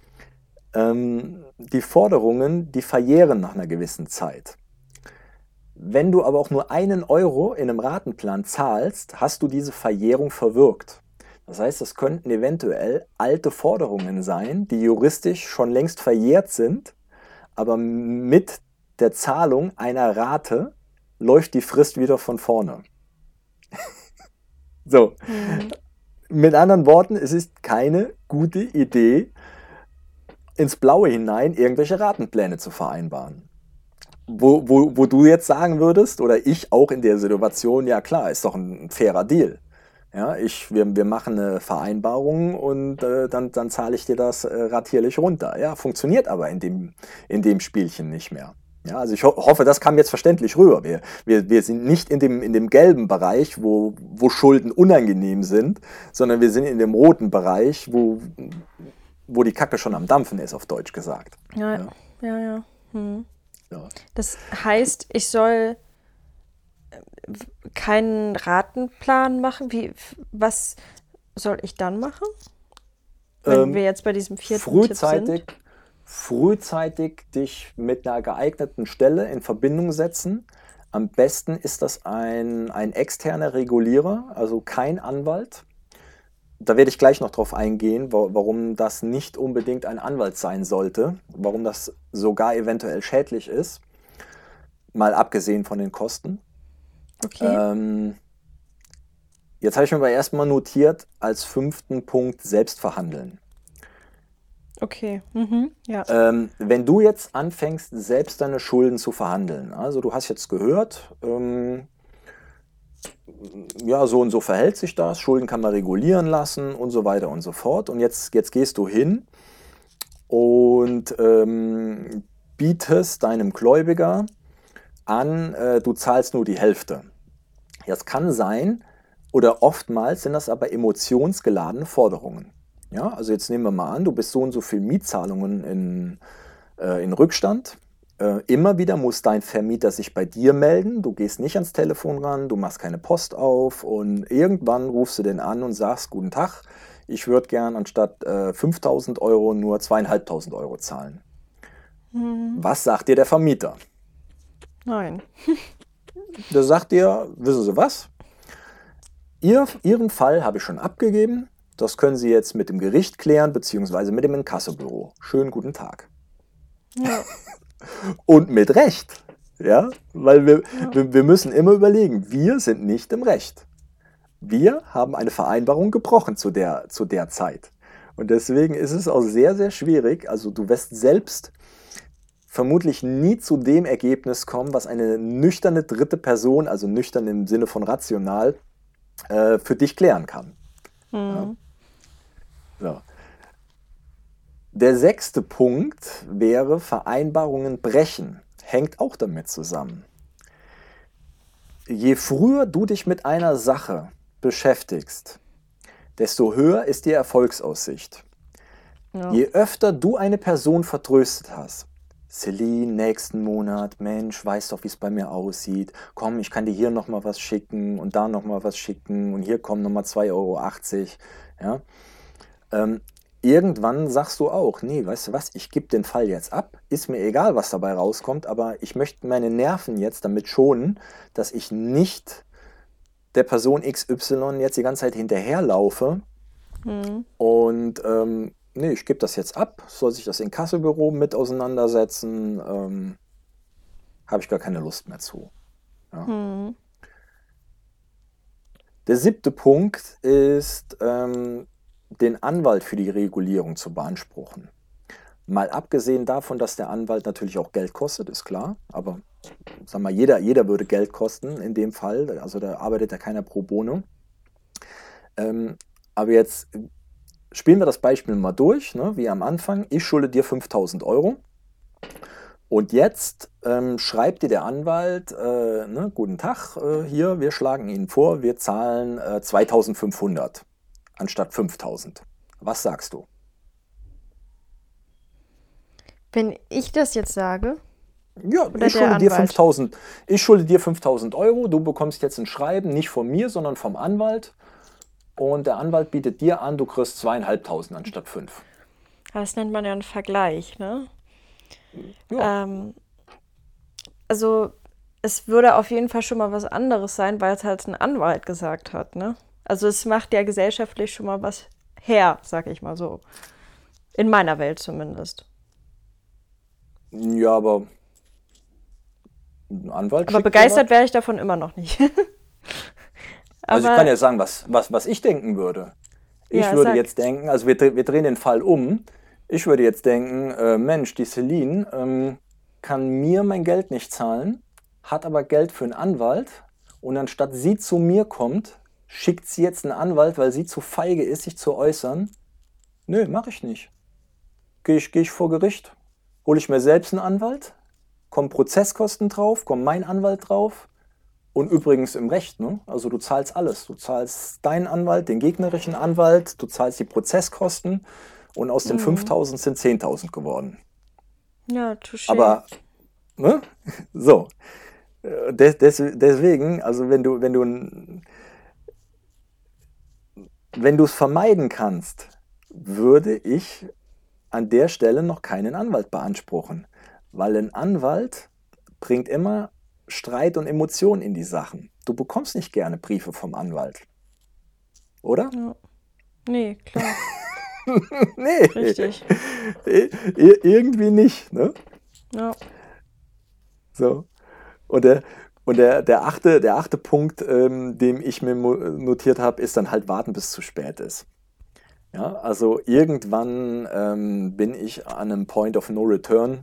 Die Forderungen, die verjähren nach einer gewissen Zeit. Wenn du aber auch nur 1 € in einem Ratenplan zahlst, hast du diese Verjährung verwirkt. Das heißt, es könnten eventuell alte Forderungen sein, die juristisch schon längst verjährt sind, aber mit der Zahlung einer Rate läuft die Frist wieder von vorne. So, Mhm. mit anderen Worten, es ist keine gute Idee, ins Blaue hinein irgendwelche Ratenpläne zu vereinbaren. Wo du jetzt sagen würdest, oder ich auch in der Situation, ja klar, ist doch ein fairer Deal. Ja, wir machen eine Vereinbarung und dann zahle ich dir das ratierlich runter. Ja, funktioniert aber in dem Spielchen nicht mehr. Ja, also ich hoffe, das kam jetzt verständlich rüber. Wir sind nicht in dem gelben Bereich, wo Schulden unangenehm sind, sondern wir sind in dem roten Bereich, wo die Kacke schon am Dampfen ist, auf Deutsch gesagt. Ja, Ja, ja, ja. Mhm. ja. Das heißt, ich soll keinen Ratenplan machen. Was soll ich dann machen, wenn wir Ähm, jetzt bei diesem vierten Tipp frühzeitig, sind? frühzeitig dich mit einer geeigneten Stelle in Verbindung setzen. Am besten ist das ein externer Regulierer, also kein Anwalt. Da werde ich gleich noch drauf eingehen, warum das nicht unbedingt ein Anwalt sein sollte, warum das sogar eventuell schädlich ist, mal abgesehen von den Kosten. Okay, Ähm, Jetzt habe ich mir aber erstmal notiert als 5. Punkt Selbstverhandeln. okay. Mhm. Ja. Wenn du jetzt anfängst, selbst deine Schulden zu verhandeln, also du hast jetzt gehört, ja, so und so verhält sich das, Schulden kann man regulieren lassen und so weiter und so fort. Und jetzt gehst du hin und bietest deinem Gläubiger an, du zahlst nur die Hälfte. Das kann sein, oder oftmals sind das aber emotionsgeladene Forderungen. Ja, also jetzt nehmen wir mal an, du bist so und so viel Mietzahlungen in Rückstand. Immer wieder muss dein Vermieter sich bei dir melden. Du gehst nicht ans Telefon ran, du machst keine Post auf und irgendwann rufst du den an und sagst, guten Tag, ich würde gern anstatt 5.000 € nur 2.500 € zahlen. Mhm. Was sagt dir der Vermieter? Nein. Der sagt dir, wissen Sie was? Ihren Fall habe ich schon abgegeben. Das können Sie jetzt mit dem Gericht klären, beziehungsweise mit dem Inkassobüro. Schönen guten Tag. Ja. Und mit Recht. Ja, weil Ja. wir müssen immer überlegen, wir sind nicht im Recht. Wir haben eine Vereinbarung gebrochen zu der Zeit. Und deswegen ist es auch sehr, sehr schwierig. Also du wirst selbst vermutlich nie zu dem Ergebnis kommen, was eine nüchterne dritte Person, also nüchtern im Sinne von rational, für dich klären kann. Ja? Mhm. So. Der 6. Punkt wäre Vereinbarungen brechen. Hängt auch damit zusammen. Je früher du dich mit einer Sache beschäftigst, desto höher ist die Erfolgsaussicht. Ja. Je öfter du eine Person vertröstet hast, Celine, nächsten Monat, Mensch, weißt doch, wie es bei mir aussieht. Komm, ich kann dir hier nochmal was schicken und da nochmal was schicken und hier kommen nochmal 2,80 €. Ja? irgendwann sagst du auch, nee, weißt du was, ich gebe den Fall jetzt ab, ist mir egal, was dabei rauskommt, aber ich möchte meine Nerven jetzt damit schonen, dass ich nicht der Person XY jetzt die ganze Zeit hinterherlaufe Hm. und nee, ich gebe das jetzt ab, soll sich das Inkassobüro mit auseinandersetzen, habe ich gar keine Lust mehr zu. Ja. Hm. Der 7. Punkt ist, den Anwalt für die Regulierung zu beanspruchen. Mal abgesehen davon, dass der Anwalt natürlich auch Geld kostet, ist klar, aber sag mal, jeder würde Geld kosten in dem Fall, also da arbeitet ja keiner pro bono. Aber jetzt spielen wir das Beispiel mal durch, ne, wie am Anfang. Ich schulde dir 5.000 Euro und jetzt schreibt dir der Anwalt, ne, guten Tag, hier, wir schlagen Ihnen vor, wir zahlen 2.500 anstatt 5.000. Was sagst du? Wenn ich das jetzt sage, Ja, oder der Anwalt? Ich schulde dir 5.000 Euro, du bekommst jetzt ein Schreiben, nicht von mir, sondern vom Anwalt. Und der Anwalt bietet dir an, du kriegst 2.500 anstatt 5. Das nennt man ja einen Vergleich, ne? Ja, Ähm, also es würde auf jeden Fall schon mal was anderes sein, weil es halt ein Anwalt gesagt hat, ne? Also es macht ja gesellschaftlich schon mal was her, sag ich mal so. In meiner Welt zumindest. ja, aber ein Anwalt Aber schickt dir was. begeistert wäre ich davon immer noch nicht. Also ich kann Aber ja sagen, was ich denken würde. Ich ja, würde sag. jetzt denken, also wir drehen den Fall um. Ich würde jetzt denken, Mensch, die Celine kann mir mein Geld nicht zahlen, hat aber Geld für einen Anwalt und anstatt sie zu mir kommt, schickt sie jetzt einen Anwalt, weil sie zu feige ist, sich zu äußern. Nö, mache ich nicht. Geh ich vor Gericht, hole ich mir selbst einen Anwalt, kommen Prozesskosten drauf, kommt mein Anwalt drauf. Und übrigens im Recht, ne? Also du zahlst alles. Du zahlst deinen Anwalt, den gegnerischen Anwalt, du zahlst die Prozesskosten und aus den Mhm. 5.000 sind 10.000 geworden. Ja, touché. Aber, ne? So. Deswegen, also wenn du es vermeiden kannst, würde ich an der Stelle noch keinen Anwalt beanspruchen. Weil ein Anwalt bringt immer Streit und Emotionen in die Sachen. Du bekommst nicht gerne Briefe vom Anwalt, oder? Ja. Nee, klar, Nee, richtig. irgendwie nicht, ne? Ja. So. Und der achte Punkt, den ich mir notiert habe, ist dann halt warten, bis es zu spät ist. Ja, also irgendwann bin ich an einem Point of No Return.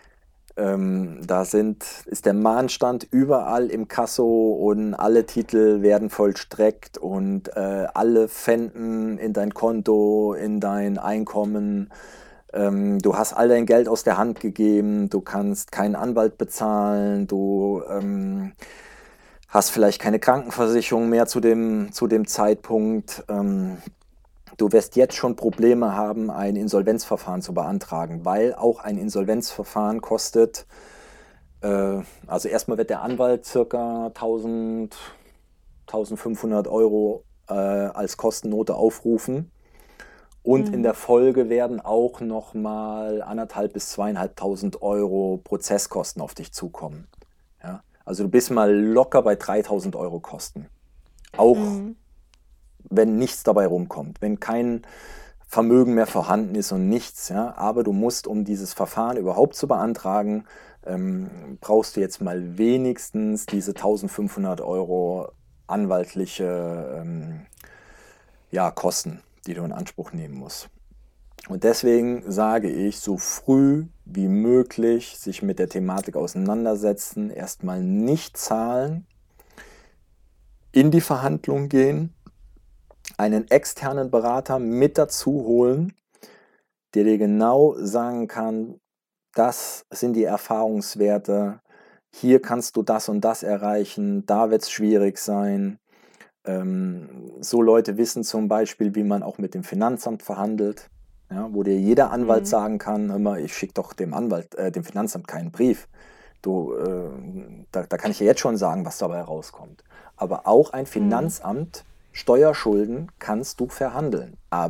Ist der Mahnstand überall im Kasso und alle Titel werden vollstreckt und alle Pfänden in dein Konto, in dein Einkommen. Du hast all dein Geld aus der Hand gegeben, du kannst keinen Anwalt bezahlen, du hast vielleicht keine Krankenversicherung mehr zu dem Zeitpunkt. Du wirst jetzt schon Probleme haben, ein Insolvenzverfahren zu beantragen, weil auch ein Insolvenzverfahren kostet, also erstmal wird der Anwalt circa 1.000, 1.500 Euro als Kostennote aufrufen und in Mhm. der Folge werden auch nochmal 1.500 bis 2.500 Euro Prozesskosten auf dich zukommen. Ja? Also du bist mal locker bei 3.000 Euro Kosten. Auch Mhm. wenn nichts dabei rumkommt, wenn kein Vermögen mehr vorhanden ist und nichts, ja, aber du musst, um dieses Verfahren überhaupt zu beantragen, brauchst du jetzt mal wenigstens diese 1.500 Euro anwaltliche ja, Kosten, die du in Anspruch nehmen musst. Und deswegen sage ich, so früh wie möglich sich mit der Thematik auseinandersetzen, erstmal nicht zahlen, in die Verhandlung gehen, einen externen Berater mit dazu holen, der dir genau sagen kann, das sind die Erfahrungswerte, hier kannst du das und das erreichen, da wird es schwierig sein. So Leute wissen zum Beispiel, wie man auch mit dem Finanzamt verhandelt, ja, wo dir jeder Anwalt Mhm. sagen kann, hör mal, ich schicke doch dem Finanzamt keinen Brief. Da kann ich dir jetzt schon sagen, was dabei rauskommt. Aber auch ein Mhm. Finanzamt, Steuerschulden kannst du verhandeln. Aber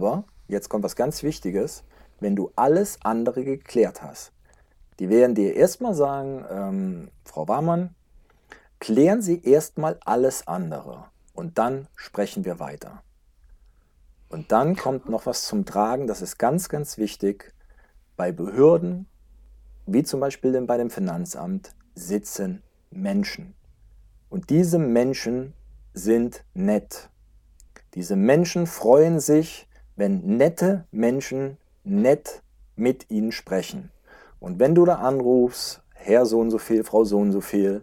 jetzt kommt was ganz Wichtiges, wenn du alles andere geklärt hast. Die werden dir erstmal sagen, Frau Warmann, klären Sie erstmal alles andere und dann sprechen wir weiter. Und dann kommt noch was zum Tragen, das ist ganz, ganz wichtig. Bei Behörden, wie zum Beispiel bei dem Finanzamt, sitzen Menschen. Und diese Menschen sind nett. Diese Menschen freuen sich, wenn nette Menschen nett mit ihnen sprechen. Und wenn du da anrufst, Herr so und so viel, Frau so und so viel,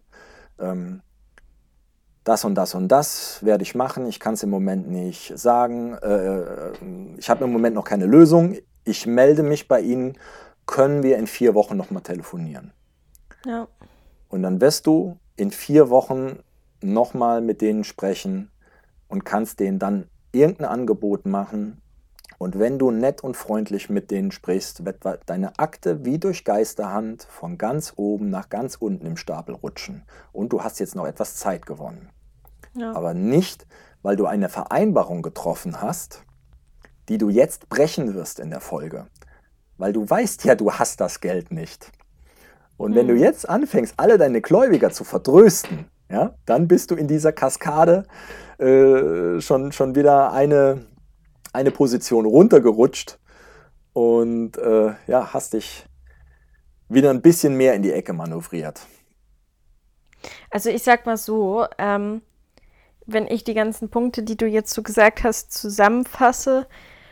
das und das und das werde ich machen, ich kann es im Moment nicht sagen, ich habe im Moment noch keine Lösung, ich melde mich bei Ihnen, können wir in 4 Wochen nochmal telefonieren. Ja. Und dann wirst du in 4 Wochen nochmal mit denen sprechen und kannst denen dann irgendein Angebot machen. Und wenn du nett und freundlich mit denen sprichst, wird deine Akte wie durch Geisterhand von ganz oben nach ganz unten im Stapel rutschen. Und du hast jetzt noch etwas Zeit gewonnen. Ja. Aber nicht, weil du eine Vereinbarung getroffen hast, die du jetzt brechen wirst in der Folge. Weil du weißt ja, du hast das Geld nicht. Und wenn du jetzt anfängst, alle deine Gläubiger zu vertrösten, ja, dann bist du in dieser Kaskade schon wieder eine Position runtergerutscht und hast dich wieder ein bisschen mehr in die Ecke manövriert. Also ich sag mal so, wenn ich die ganzen Punkte, die du jetzt so gesagt hast, zusammenfasse,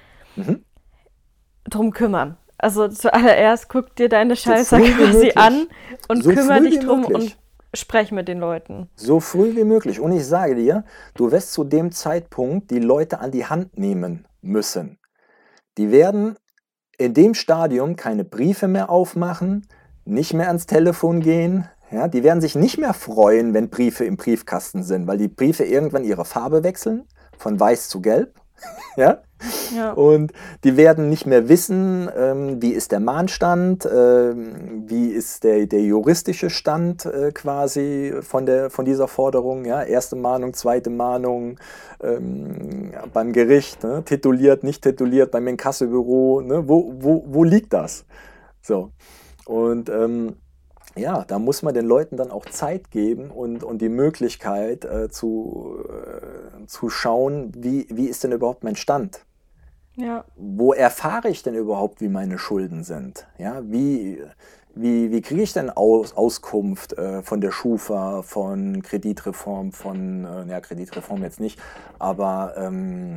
drum kümmern. Also zuallererst guck dir deine Scheiße quasi an und kümmere dich drum und sprech mit den Leuten. So früh wie möglich. Und ich sage dir, du wirst zu dem Zeitpunkt die Leute an die Hand nehmen müssen. Die werden in dem Stadium keine Briefe mehr aufmachen, nicht mehr ans Telefon gehen. Ja, die werden sich nicht mehr freuen, wenn Briefe im Briefkasten sind, weil die Briefe irgendwann ihre Farbe wechseln, von weiß zu gelb. Ja? Ja. Und die werden nicht mehr wissen, wie ist der Mahnstand, wie ist der juristische Stand quasi von dieser Forderung. Ja? Erste Mahnung, zweite Mahnung, beim Gericht, ne? Tituliert, nicht tituliert, beim Inkassobüro. Ne? Wo liegt das? So. Und da muss man den Leuten dann auch Zeit geben und die Möglichkeit zu schauen, wie ist denn überhaupt mein Stand? Ja. Wo erfahre ich denn überhaupt, wie meine Schulden sind? Ja, wie kriege ich denn Auskunft von der Schufa, von Kreditreform, Kreditreform jetzt nicht, aber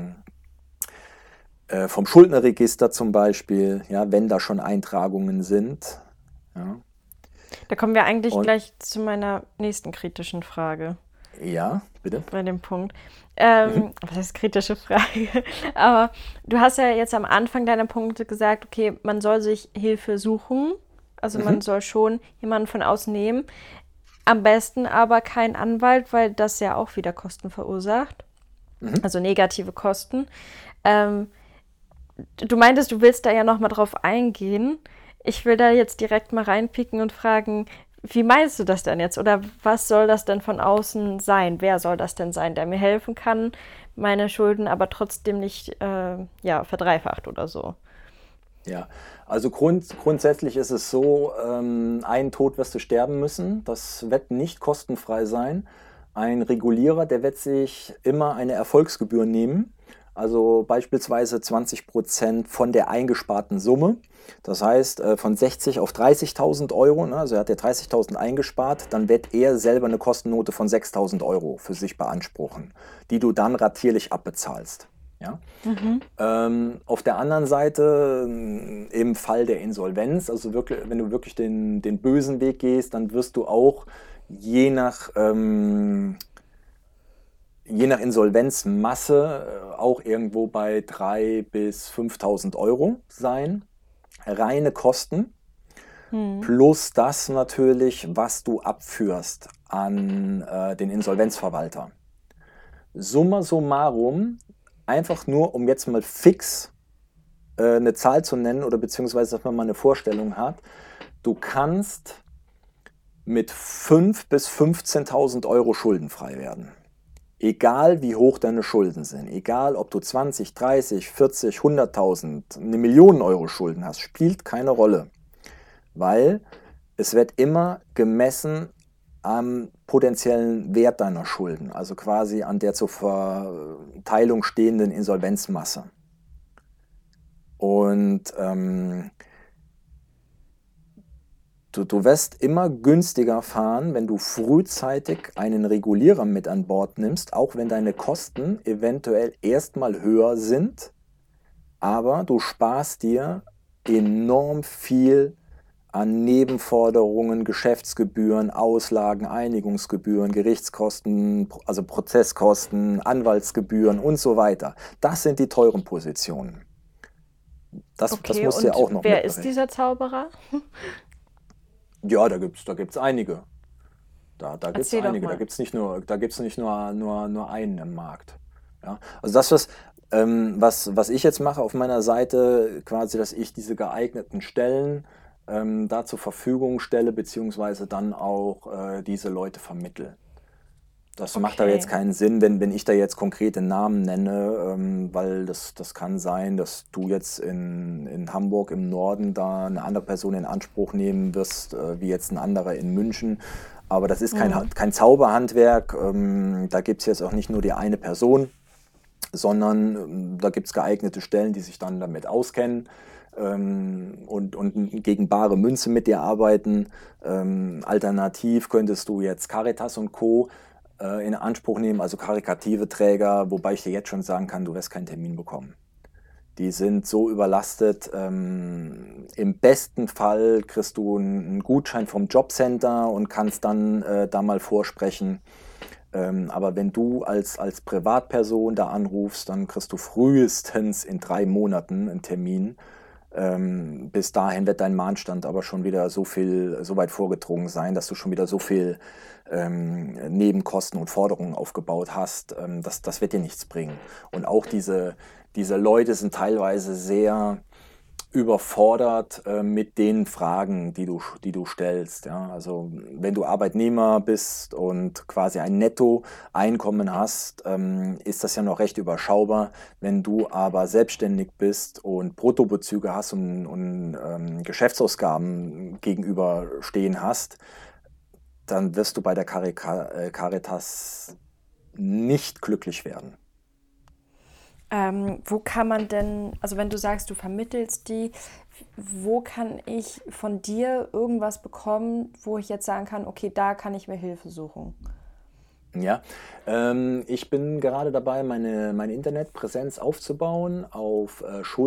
vom Schuldnerregister zum Beispiel, ja, wenn da schon Eintragungen sind. Ja. Da kommen wir eigentlich gleich zu meiner nächsten kritischen Frage. Ja, bitte. Bei dem Punkt. Was heißt kritische Frage? Aber du hast ja jetzt am Anfang deiner Punkte gesagt, okay, man soll sich Hilfe suchen. Also man soll schon jemanden von außen nehmen. Am besten aber kein Anwalt, weil das ja auch wieder Kosten verursacht. Also negative Kosten. Du meintest, du willst da ja nochmal drauf eingehen. Ich will da jetzt direkt mal reinpicken und fragen, wie meinst du das denn jetzt? Oder was soll das denn von außen sein? Wer soll das denn sein, der mir helfen kann, meine Schulden aber trotzdem nicht verdreifacht oder so? Ja, also grundsätzlich ist es so, einen Tod wirst du sterben müssen. Das wird nicht kostenfrei sein. Ein Regulierer, der wird sich immer eine Erfolgsgebühr nehmen. Also beispielsweise 20% von der eingesparten Summe. Das heißt, von 60 auf 30.000 Euro, ne, also er hat ja 30.000 eingespart, dann wird er selber eine Kostennote von 6.000 Euro für sich beanspruchen, die du dann ratierlich abbezahlst. Ja? Auf der anderen Seite, im Fall der Insolvenz, also wirklich, wenn du wirklich den bösen Weg gehst, dann wirst du auch je nach Insolvenzmasse auch irgendwo bei 3.000 bis 5.000 Euro sein. Reine Kosten. Plus das natürlich, was du abführst an den Insolvenzverwalter. Summa summarum, einfach nur, um jetzt mal fix eine Zahl zu nennen oder beziehungsweise, dass man mal eine Vorstellung hat, du kannst mit 5.000 bis 15.000 Euro schuldenfrei werden. Egal wie hoch deine Schulden sind, egal ob du 20, 30, 40, 100.000, 1 Million Euro Schulden hast, spielt keine Rolle, weil es wird immer gemessen am potenziellen Wert deiner Schulden, also quasi an der zur Verteilung stehenden Insolvenzmasse. Und du wirst immer günstiger fahren, wenn du frühzeitig einen Regulierer mit an Bord nimmst, auch wenn deine Kosten eventuell erstmal höher sind, aber du sparst dir enorm viel an Nebenforderungen, Geschäftsgebühren, Auslagen, Einigungsgebühren, Gerichtskosten, also Prozesskosten, Anwaltsgebühren und so weiter. Das sind die teuren Positionen. Das Okay, musst du ja und auch noch wer ist mitberechnen. dieser Zauberer? Ja, da gibt's einige. Da gibt es Erzähl doch einige. Da mal. gibt es nicht nur einen im Markt. Ja? Also was ich jetzt mache auf meiner Seite, quasi, dass ich diese geeigneten Stellen da zur Verfügung stelle, beziehungsweise dann auch diese Leute vermittle. Das macht aber jetzt Okay. keinen Sinn, wenn ich da jetzt konkrete Namen nenne, weil das kann sein, dass du jetzt in Hamburg im Norden da eine andere Person in Anspruch nehmen wirst, wie jetzt ein anderer in München. Aber das ist Mhm. kein Zauberhandwerk. Da gibt es jetzt auch nicht nur die eine Person, sondern da gibt es geeignete Stellen, die sich dann damit auskennen und gegen bare Münze mit dir arbeiten. Alternativ könntest du jetzt Caritas und Co. In Anspruch nehmen, also karitative Träger, wobei ich dir jetzt schon sagen kann, du wirst keinen Termin bekommen. Die sind so überlastet. Im besten Fall kriegst du einen Gutschein vom Jobcenter und kannst dann da mal vorsprechen. Aber wenn du als Privatperson da anrufst, dann kriegst du frühestens in 3 Monaten einen Termin. Bis dahin wird dein Mahnstand aber schon wieder so weit vorgedrungen sein, dass du schon wieder so viel Nebenkosten und Forderungen aufgebaut hast. Das wird dir nichts bringen. Und auch diese Leute sind teilweise sehr überfordert mit den Fragen, die du stellst. Ja? Also wenn du Arbeitnehmer bist und quasi ein Nettoeinkommen hast, ist das ja noch recht überschaubar. Wenn du aber selbstständig bist und Bruttobezüge hast und Geschäftsausgaben gegenüberstehen hast, dann wirst du bei der Caritas nicht glücklich werden. Wo kann man denn, also wenn du sagst, du vermittelst die, wo kann ich von dir irgendwas bekommen, wo ich jetzt sagen kann, okay, da kann ich mir Hilfe suchen? Ja, ich bin gerade dabei, meine Internetpräsenz aufzubauen auf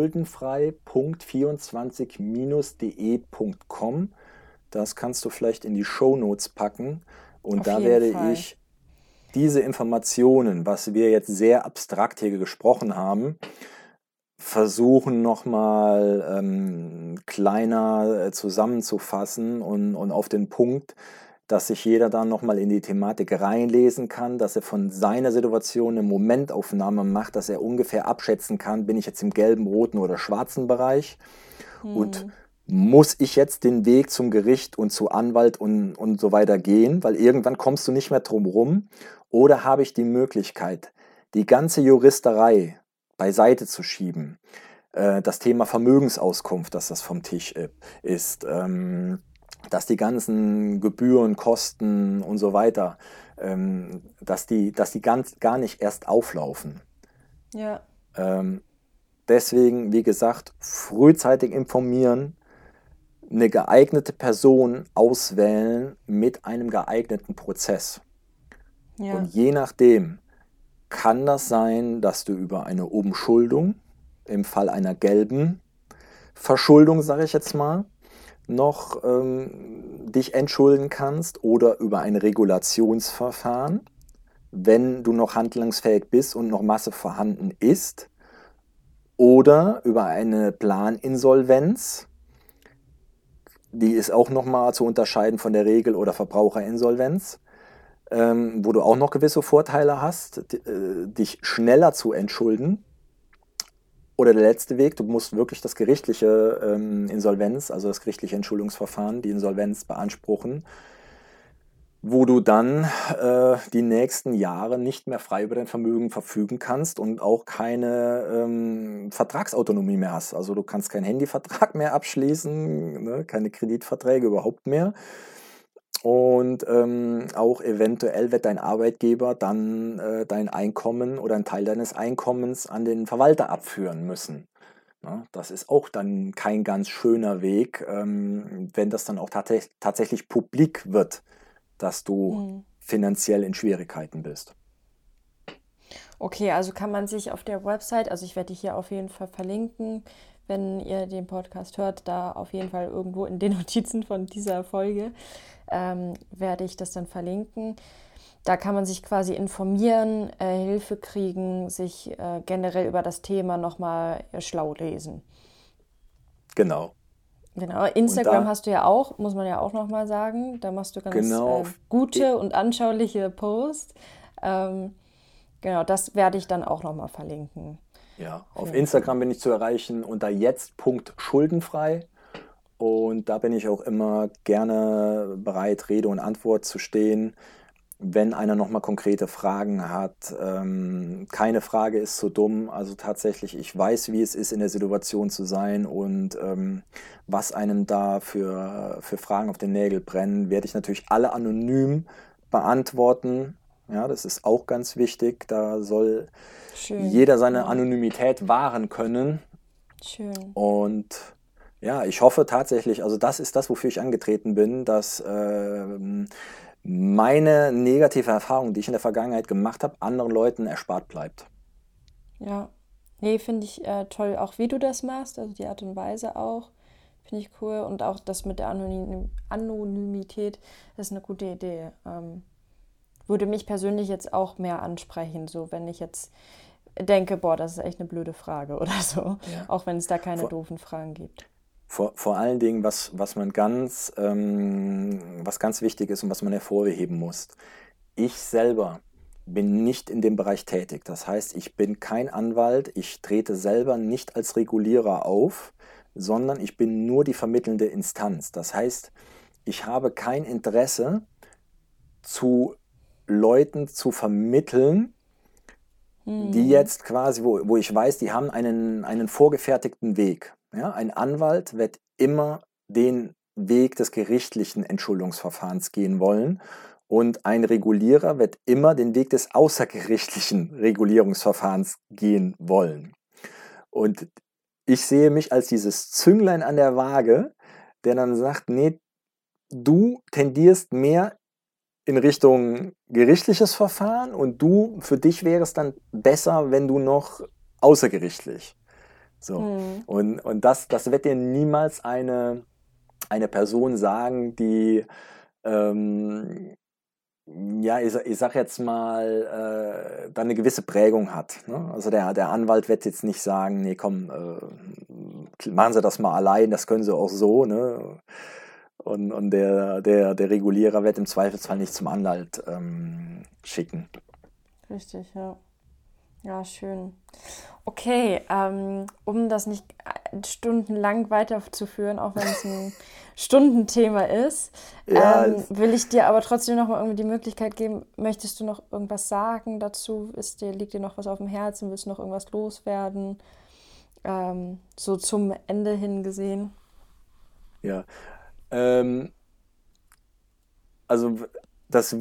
schuldenfrei.24-de.com. Das kannst du vielleicht in die Shownotes packen. Und Auf da jeden werde Fall. ich diese Informationen, was wir jetzt sehr abstrakt hier gesprochen haben, versuchen nochmal kleiner zusammenzufassen und auf den Punkt, dass sich jeder dann nochmal in die Thematik reinlesen kann, dass er von seiner Situation eine Momentaufnahme macht, dass er ungefähr abschätzen kann, bin ich jetzt im gelben, roten oder schwarzen Bereich und Hm. muss ich jetzt den Weg zum Gericht und zu Anwalt und so weiter gehen, weil irgendwann kommst du nicht mehr drum rum, oder habe ich die Möglichkeit, die ganze Juristerei beiseite zu schieben, das Thema Vermögensauskunft, dass das vom Tisch ist, dass die ganzen Gebühren, Kosten und so weiter, dass die gar nicht erst auflaufen. Ja, Ähm, Deswegen, wie gesagt, frühzeitig informieren, eine geeignete Person auswählen mit einem geeigneten Prozess. Und ja. je nachdem kann das sein, dass du über eine Umschuldung, im Fall einer gelben Verschuldung, sage ich jetzt mal, noch dich entschulden kannst, oder über ein Regulationsverfahren, wenn du noch handlungsfähig bist und noch Masse vorhanden ist, oder über eine Planinsolvenz. Die ist auch nochmal zu unterscheiden von der Regel- oder Verbraucherinsolvenz, wo du auch noch gewisse Vorteile hast, dich schneller zu entschulden. Oder der letzte Weg, du musst wirklich das gerichtliche Insolvenz, also das gerichtliche Entschuldungsverfahren, die Insolvenz beanspruchen. wo du dann die nächsten Jahre nicht mehr frei über dein Vermögen verfügen kannst und auch keine Vertragsautonomie mehr hast. Also du kannst keinen Handyvertrag mehr abschließen, ne? Keine Kreditverträge überhaupt mehr. Und auch eventuell wird dein Arbeitgeber dann dein Einkommen oder einen Teil deines Einkommens an den Verwalter abführen müssen. Ja, das ist auch dann kein ganz schöner Weg, wenn das dann auch tatsächlich publik wird, dass du Hm. finanziell in Schwierigkeiten bist. Okay, also kann man sich auf der Website, also ich werde die hier auf jeden Fall verlinken, wenn ihr den Podcast hört, da auf jeden Fall irgendwo in den Notizen von dieser Folge werde ich das dann verlinken. Da kann man sich quasi informieren, Hilfe kriegen, sich generell über das Thema nochmal schlau lesen. Genau. Genau, Und Instagram da, hast du ja auch, muss man ja auch nochmal sagen. Da machst du ganz genau, gute und anschauliche Posts. Ähm, genau, das werde ich dann auch nochmal verlinken. ja, Auf auf jeden Fall. Instagram bin ich zu erreichen unter jetzt.schuldenfrei. Und da bin ich auch immer gerne bereit, Rede und Antwort zu stehen, wenn einer nochmal konkrete Fragen hat. Keine Frage ist so dumm. Also tatsächlich, ich weiß, wie es ist, in der Situation zu sein und was einem da für Fragen auf den Nägel brennen, werde ich natürlich alle anonym beantworten. Ja, das ist auch ganz wichtig. Da soll Schön, jeder seine ja, Anonymität wahren können. schön. Und ja, ich hoffe tatsächlich, also das ist das, wofür ich angetreten bin, dass meine negative Erfahrung, die ich in der Vergangenheit gemacht habe, anderen Leuten erspart bleibt. Ja. Nee, finde ich toll, auch wie du das machst, also die Art und Weise auch. Finde ich cool. Und auch das mit der Anonymität ist eine gute Idee. Würde mich persönlich jetzt auch mehr ansprechen, so wenn ich jetzt denke, boah, das ist echt eine blöde Frage oder so. Ja. Auch wenn es da keine Vor, doofen Fragen gibt. vor allen Dingen, was ganz wichtig ist und was man hervorheben muss. Ich selber bin nicht in dem Bereich tätig. Das heißt, ich bin kein Anwalt, ich trete selber nicht als Regulierer auf, sondern ich bin nur die vermittelnde Instanz. Das heißt, ich habe kein Interesse, zu Leuten zu vermitteln, die Hm. jetzt quasi, wo ich weiß, die haben einen vorgefertigten Weg. Ja, ein Anwalt wird immer den Weg des gerichtlichen Entschuldungsverfahrens gehen wollen und ein Regulierer wird immer den Weg des außergerichtlichen Regulierungsverfahrens gehen wollen. Und ich sehe mich als dieses Zünglein an der Waage, der dann sagt, nee, du tendierst mehr in Richtung gerichtliches Verfahren und für dich wäre es dann besser, wenn du noch außergerichtlich. So. Hm. Und das wird dir niemals eine Person sagen, die, ähm, ja, ich sag jetzt mal, dann eine gewisse Prägung hat. Ne? Also der Anwalt wird jetzt nicht sagen, nee, komm, machen Sie das mal allein, das können Sie auch so. Ne? Und der Regulierer wird im Zweifelsfall nicht zum Anwalt schicken. Richtig, ja. Ja, schön. Okay, um das nicht stundenlang weiterzuführen, auch wenn es ein Stundenthema ist, Ja, will ich dir aber trotzdem noch mal irgendwie die Möglichkeit geben, möchtest du noch irgendwas sagen dazu? Liegt dir noch was auf dem Herzen? Willst du noch irgendwas loswerden? So zum Ende hin gesehen. ja. Ähm, also das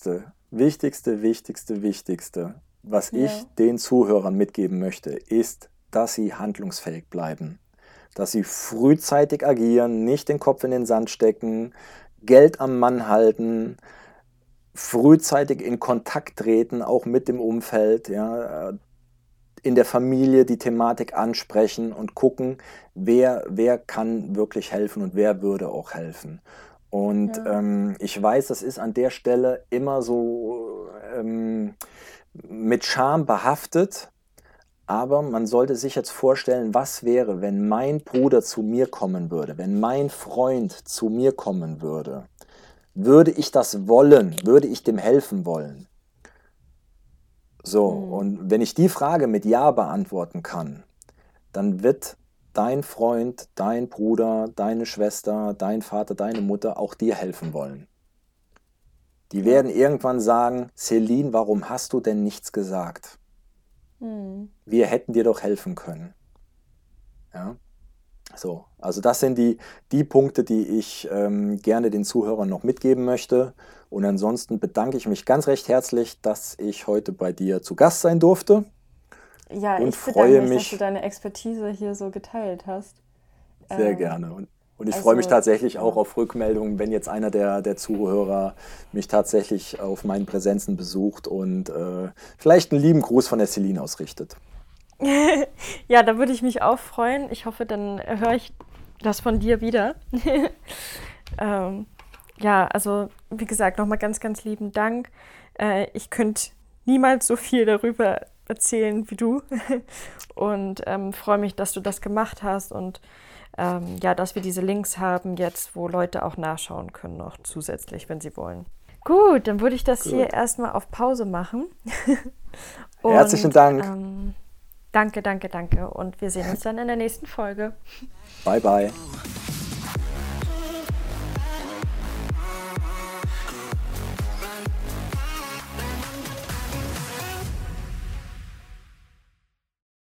Wichtigste, was Ja, ich den Zuhörern mitgeben möchte, ist, dass sie handlungsfähig bleiben. Dass sie frühzeitig agieren, nicht den Kopf in den Sand stecken, Geld am Mann halten, frühzeitig in Kontakt treten, auch mit dem Umfeld, ja, in der Familie die Thematik ansprechen und gucken, wer kann wirklich helfen und wer würde auch helfen. Und ja, ich weiß, das ist an der Stelle immer so mit Scham behaftet, aber man sollte sich jetzt vorstellen, was wäre, wenn mein Bruder zu mir kommen würde, wenn mein Freund zu mir kommen würde. Würde ich das wollen? Würde ich dem helfen wollen? So, hm, und wenn ich die Frage mit Ja beantworten kann, dann wird dein Freund, dein Bruder, deine Schwester, dein Vater, deine Mutter auch dir helfen wollen. Die werden irgendwann sagen, Celine, warum hast du denn nichts gesagt? Wir hätten dir doch helfen können. Ja? So, also das sind die Punkte, die ich gerne den Zuhörern noch mitgeben möchte. Und ansonsten bedanke ich mich ganz recht herzlich, dass ich heute bei dir zu Gast sein durfte. Ja, und ich freue bedanke mich, mich, dass du deine Expertise hier so geteilt hast. sehr Ähm, gerne. Und ich also, freue mich tatsächlich auch ja. auf Rückmeldungen, wenn jetzt einer der Zuhörer mich tatsächlich auf meinen Präsenzen besucht und vielleicht einen lieben Gruß von der Celine ausrichtet. Ja, da würde ich mich auch freuen. Ich hoffe, dann höre ich das von dir wieder. Ja, also wie gesagt, nochmal ganz, ganz lieben Dank. Ich könnte niemals so viel darüber erzählen wie du und freue mich, dass du das gemacht hast und ja, dass wir diese Links haben jetzt, wo Leute auch nachschauen können, noch zusätzlich, wenn sie wollen. Gut, dann würde ich das hier erstmal auf Pause machen. Und, Herzlichen Dank. Danke. Und wir sehen uns dann in der nächsten Folge. Bye, bye.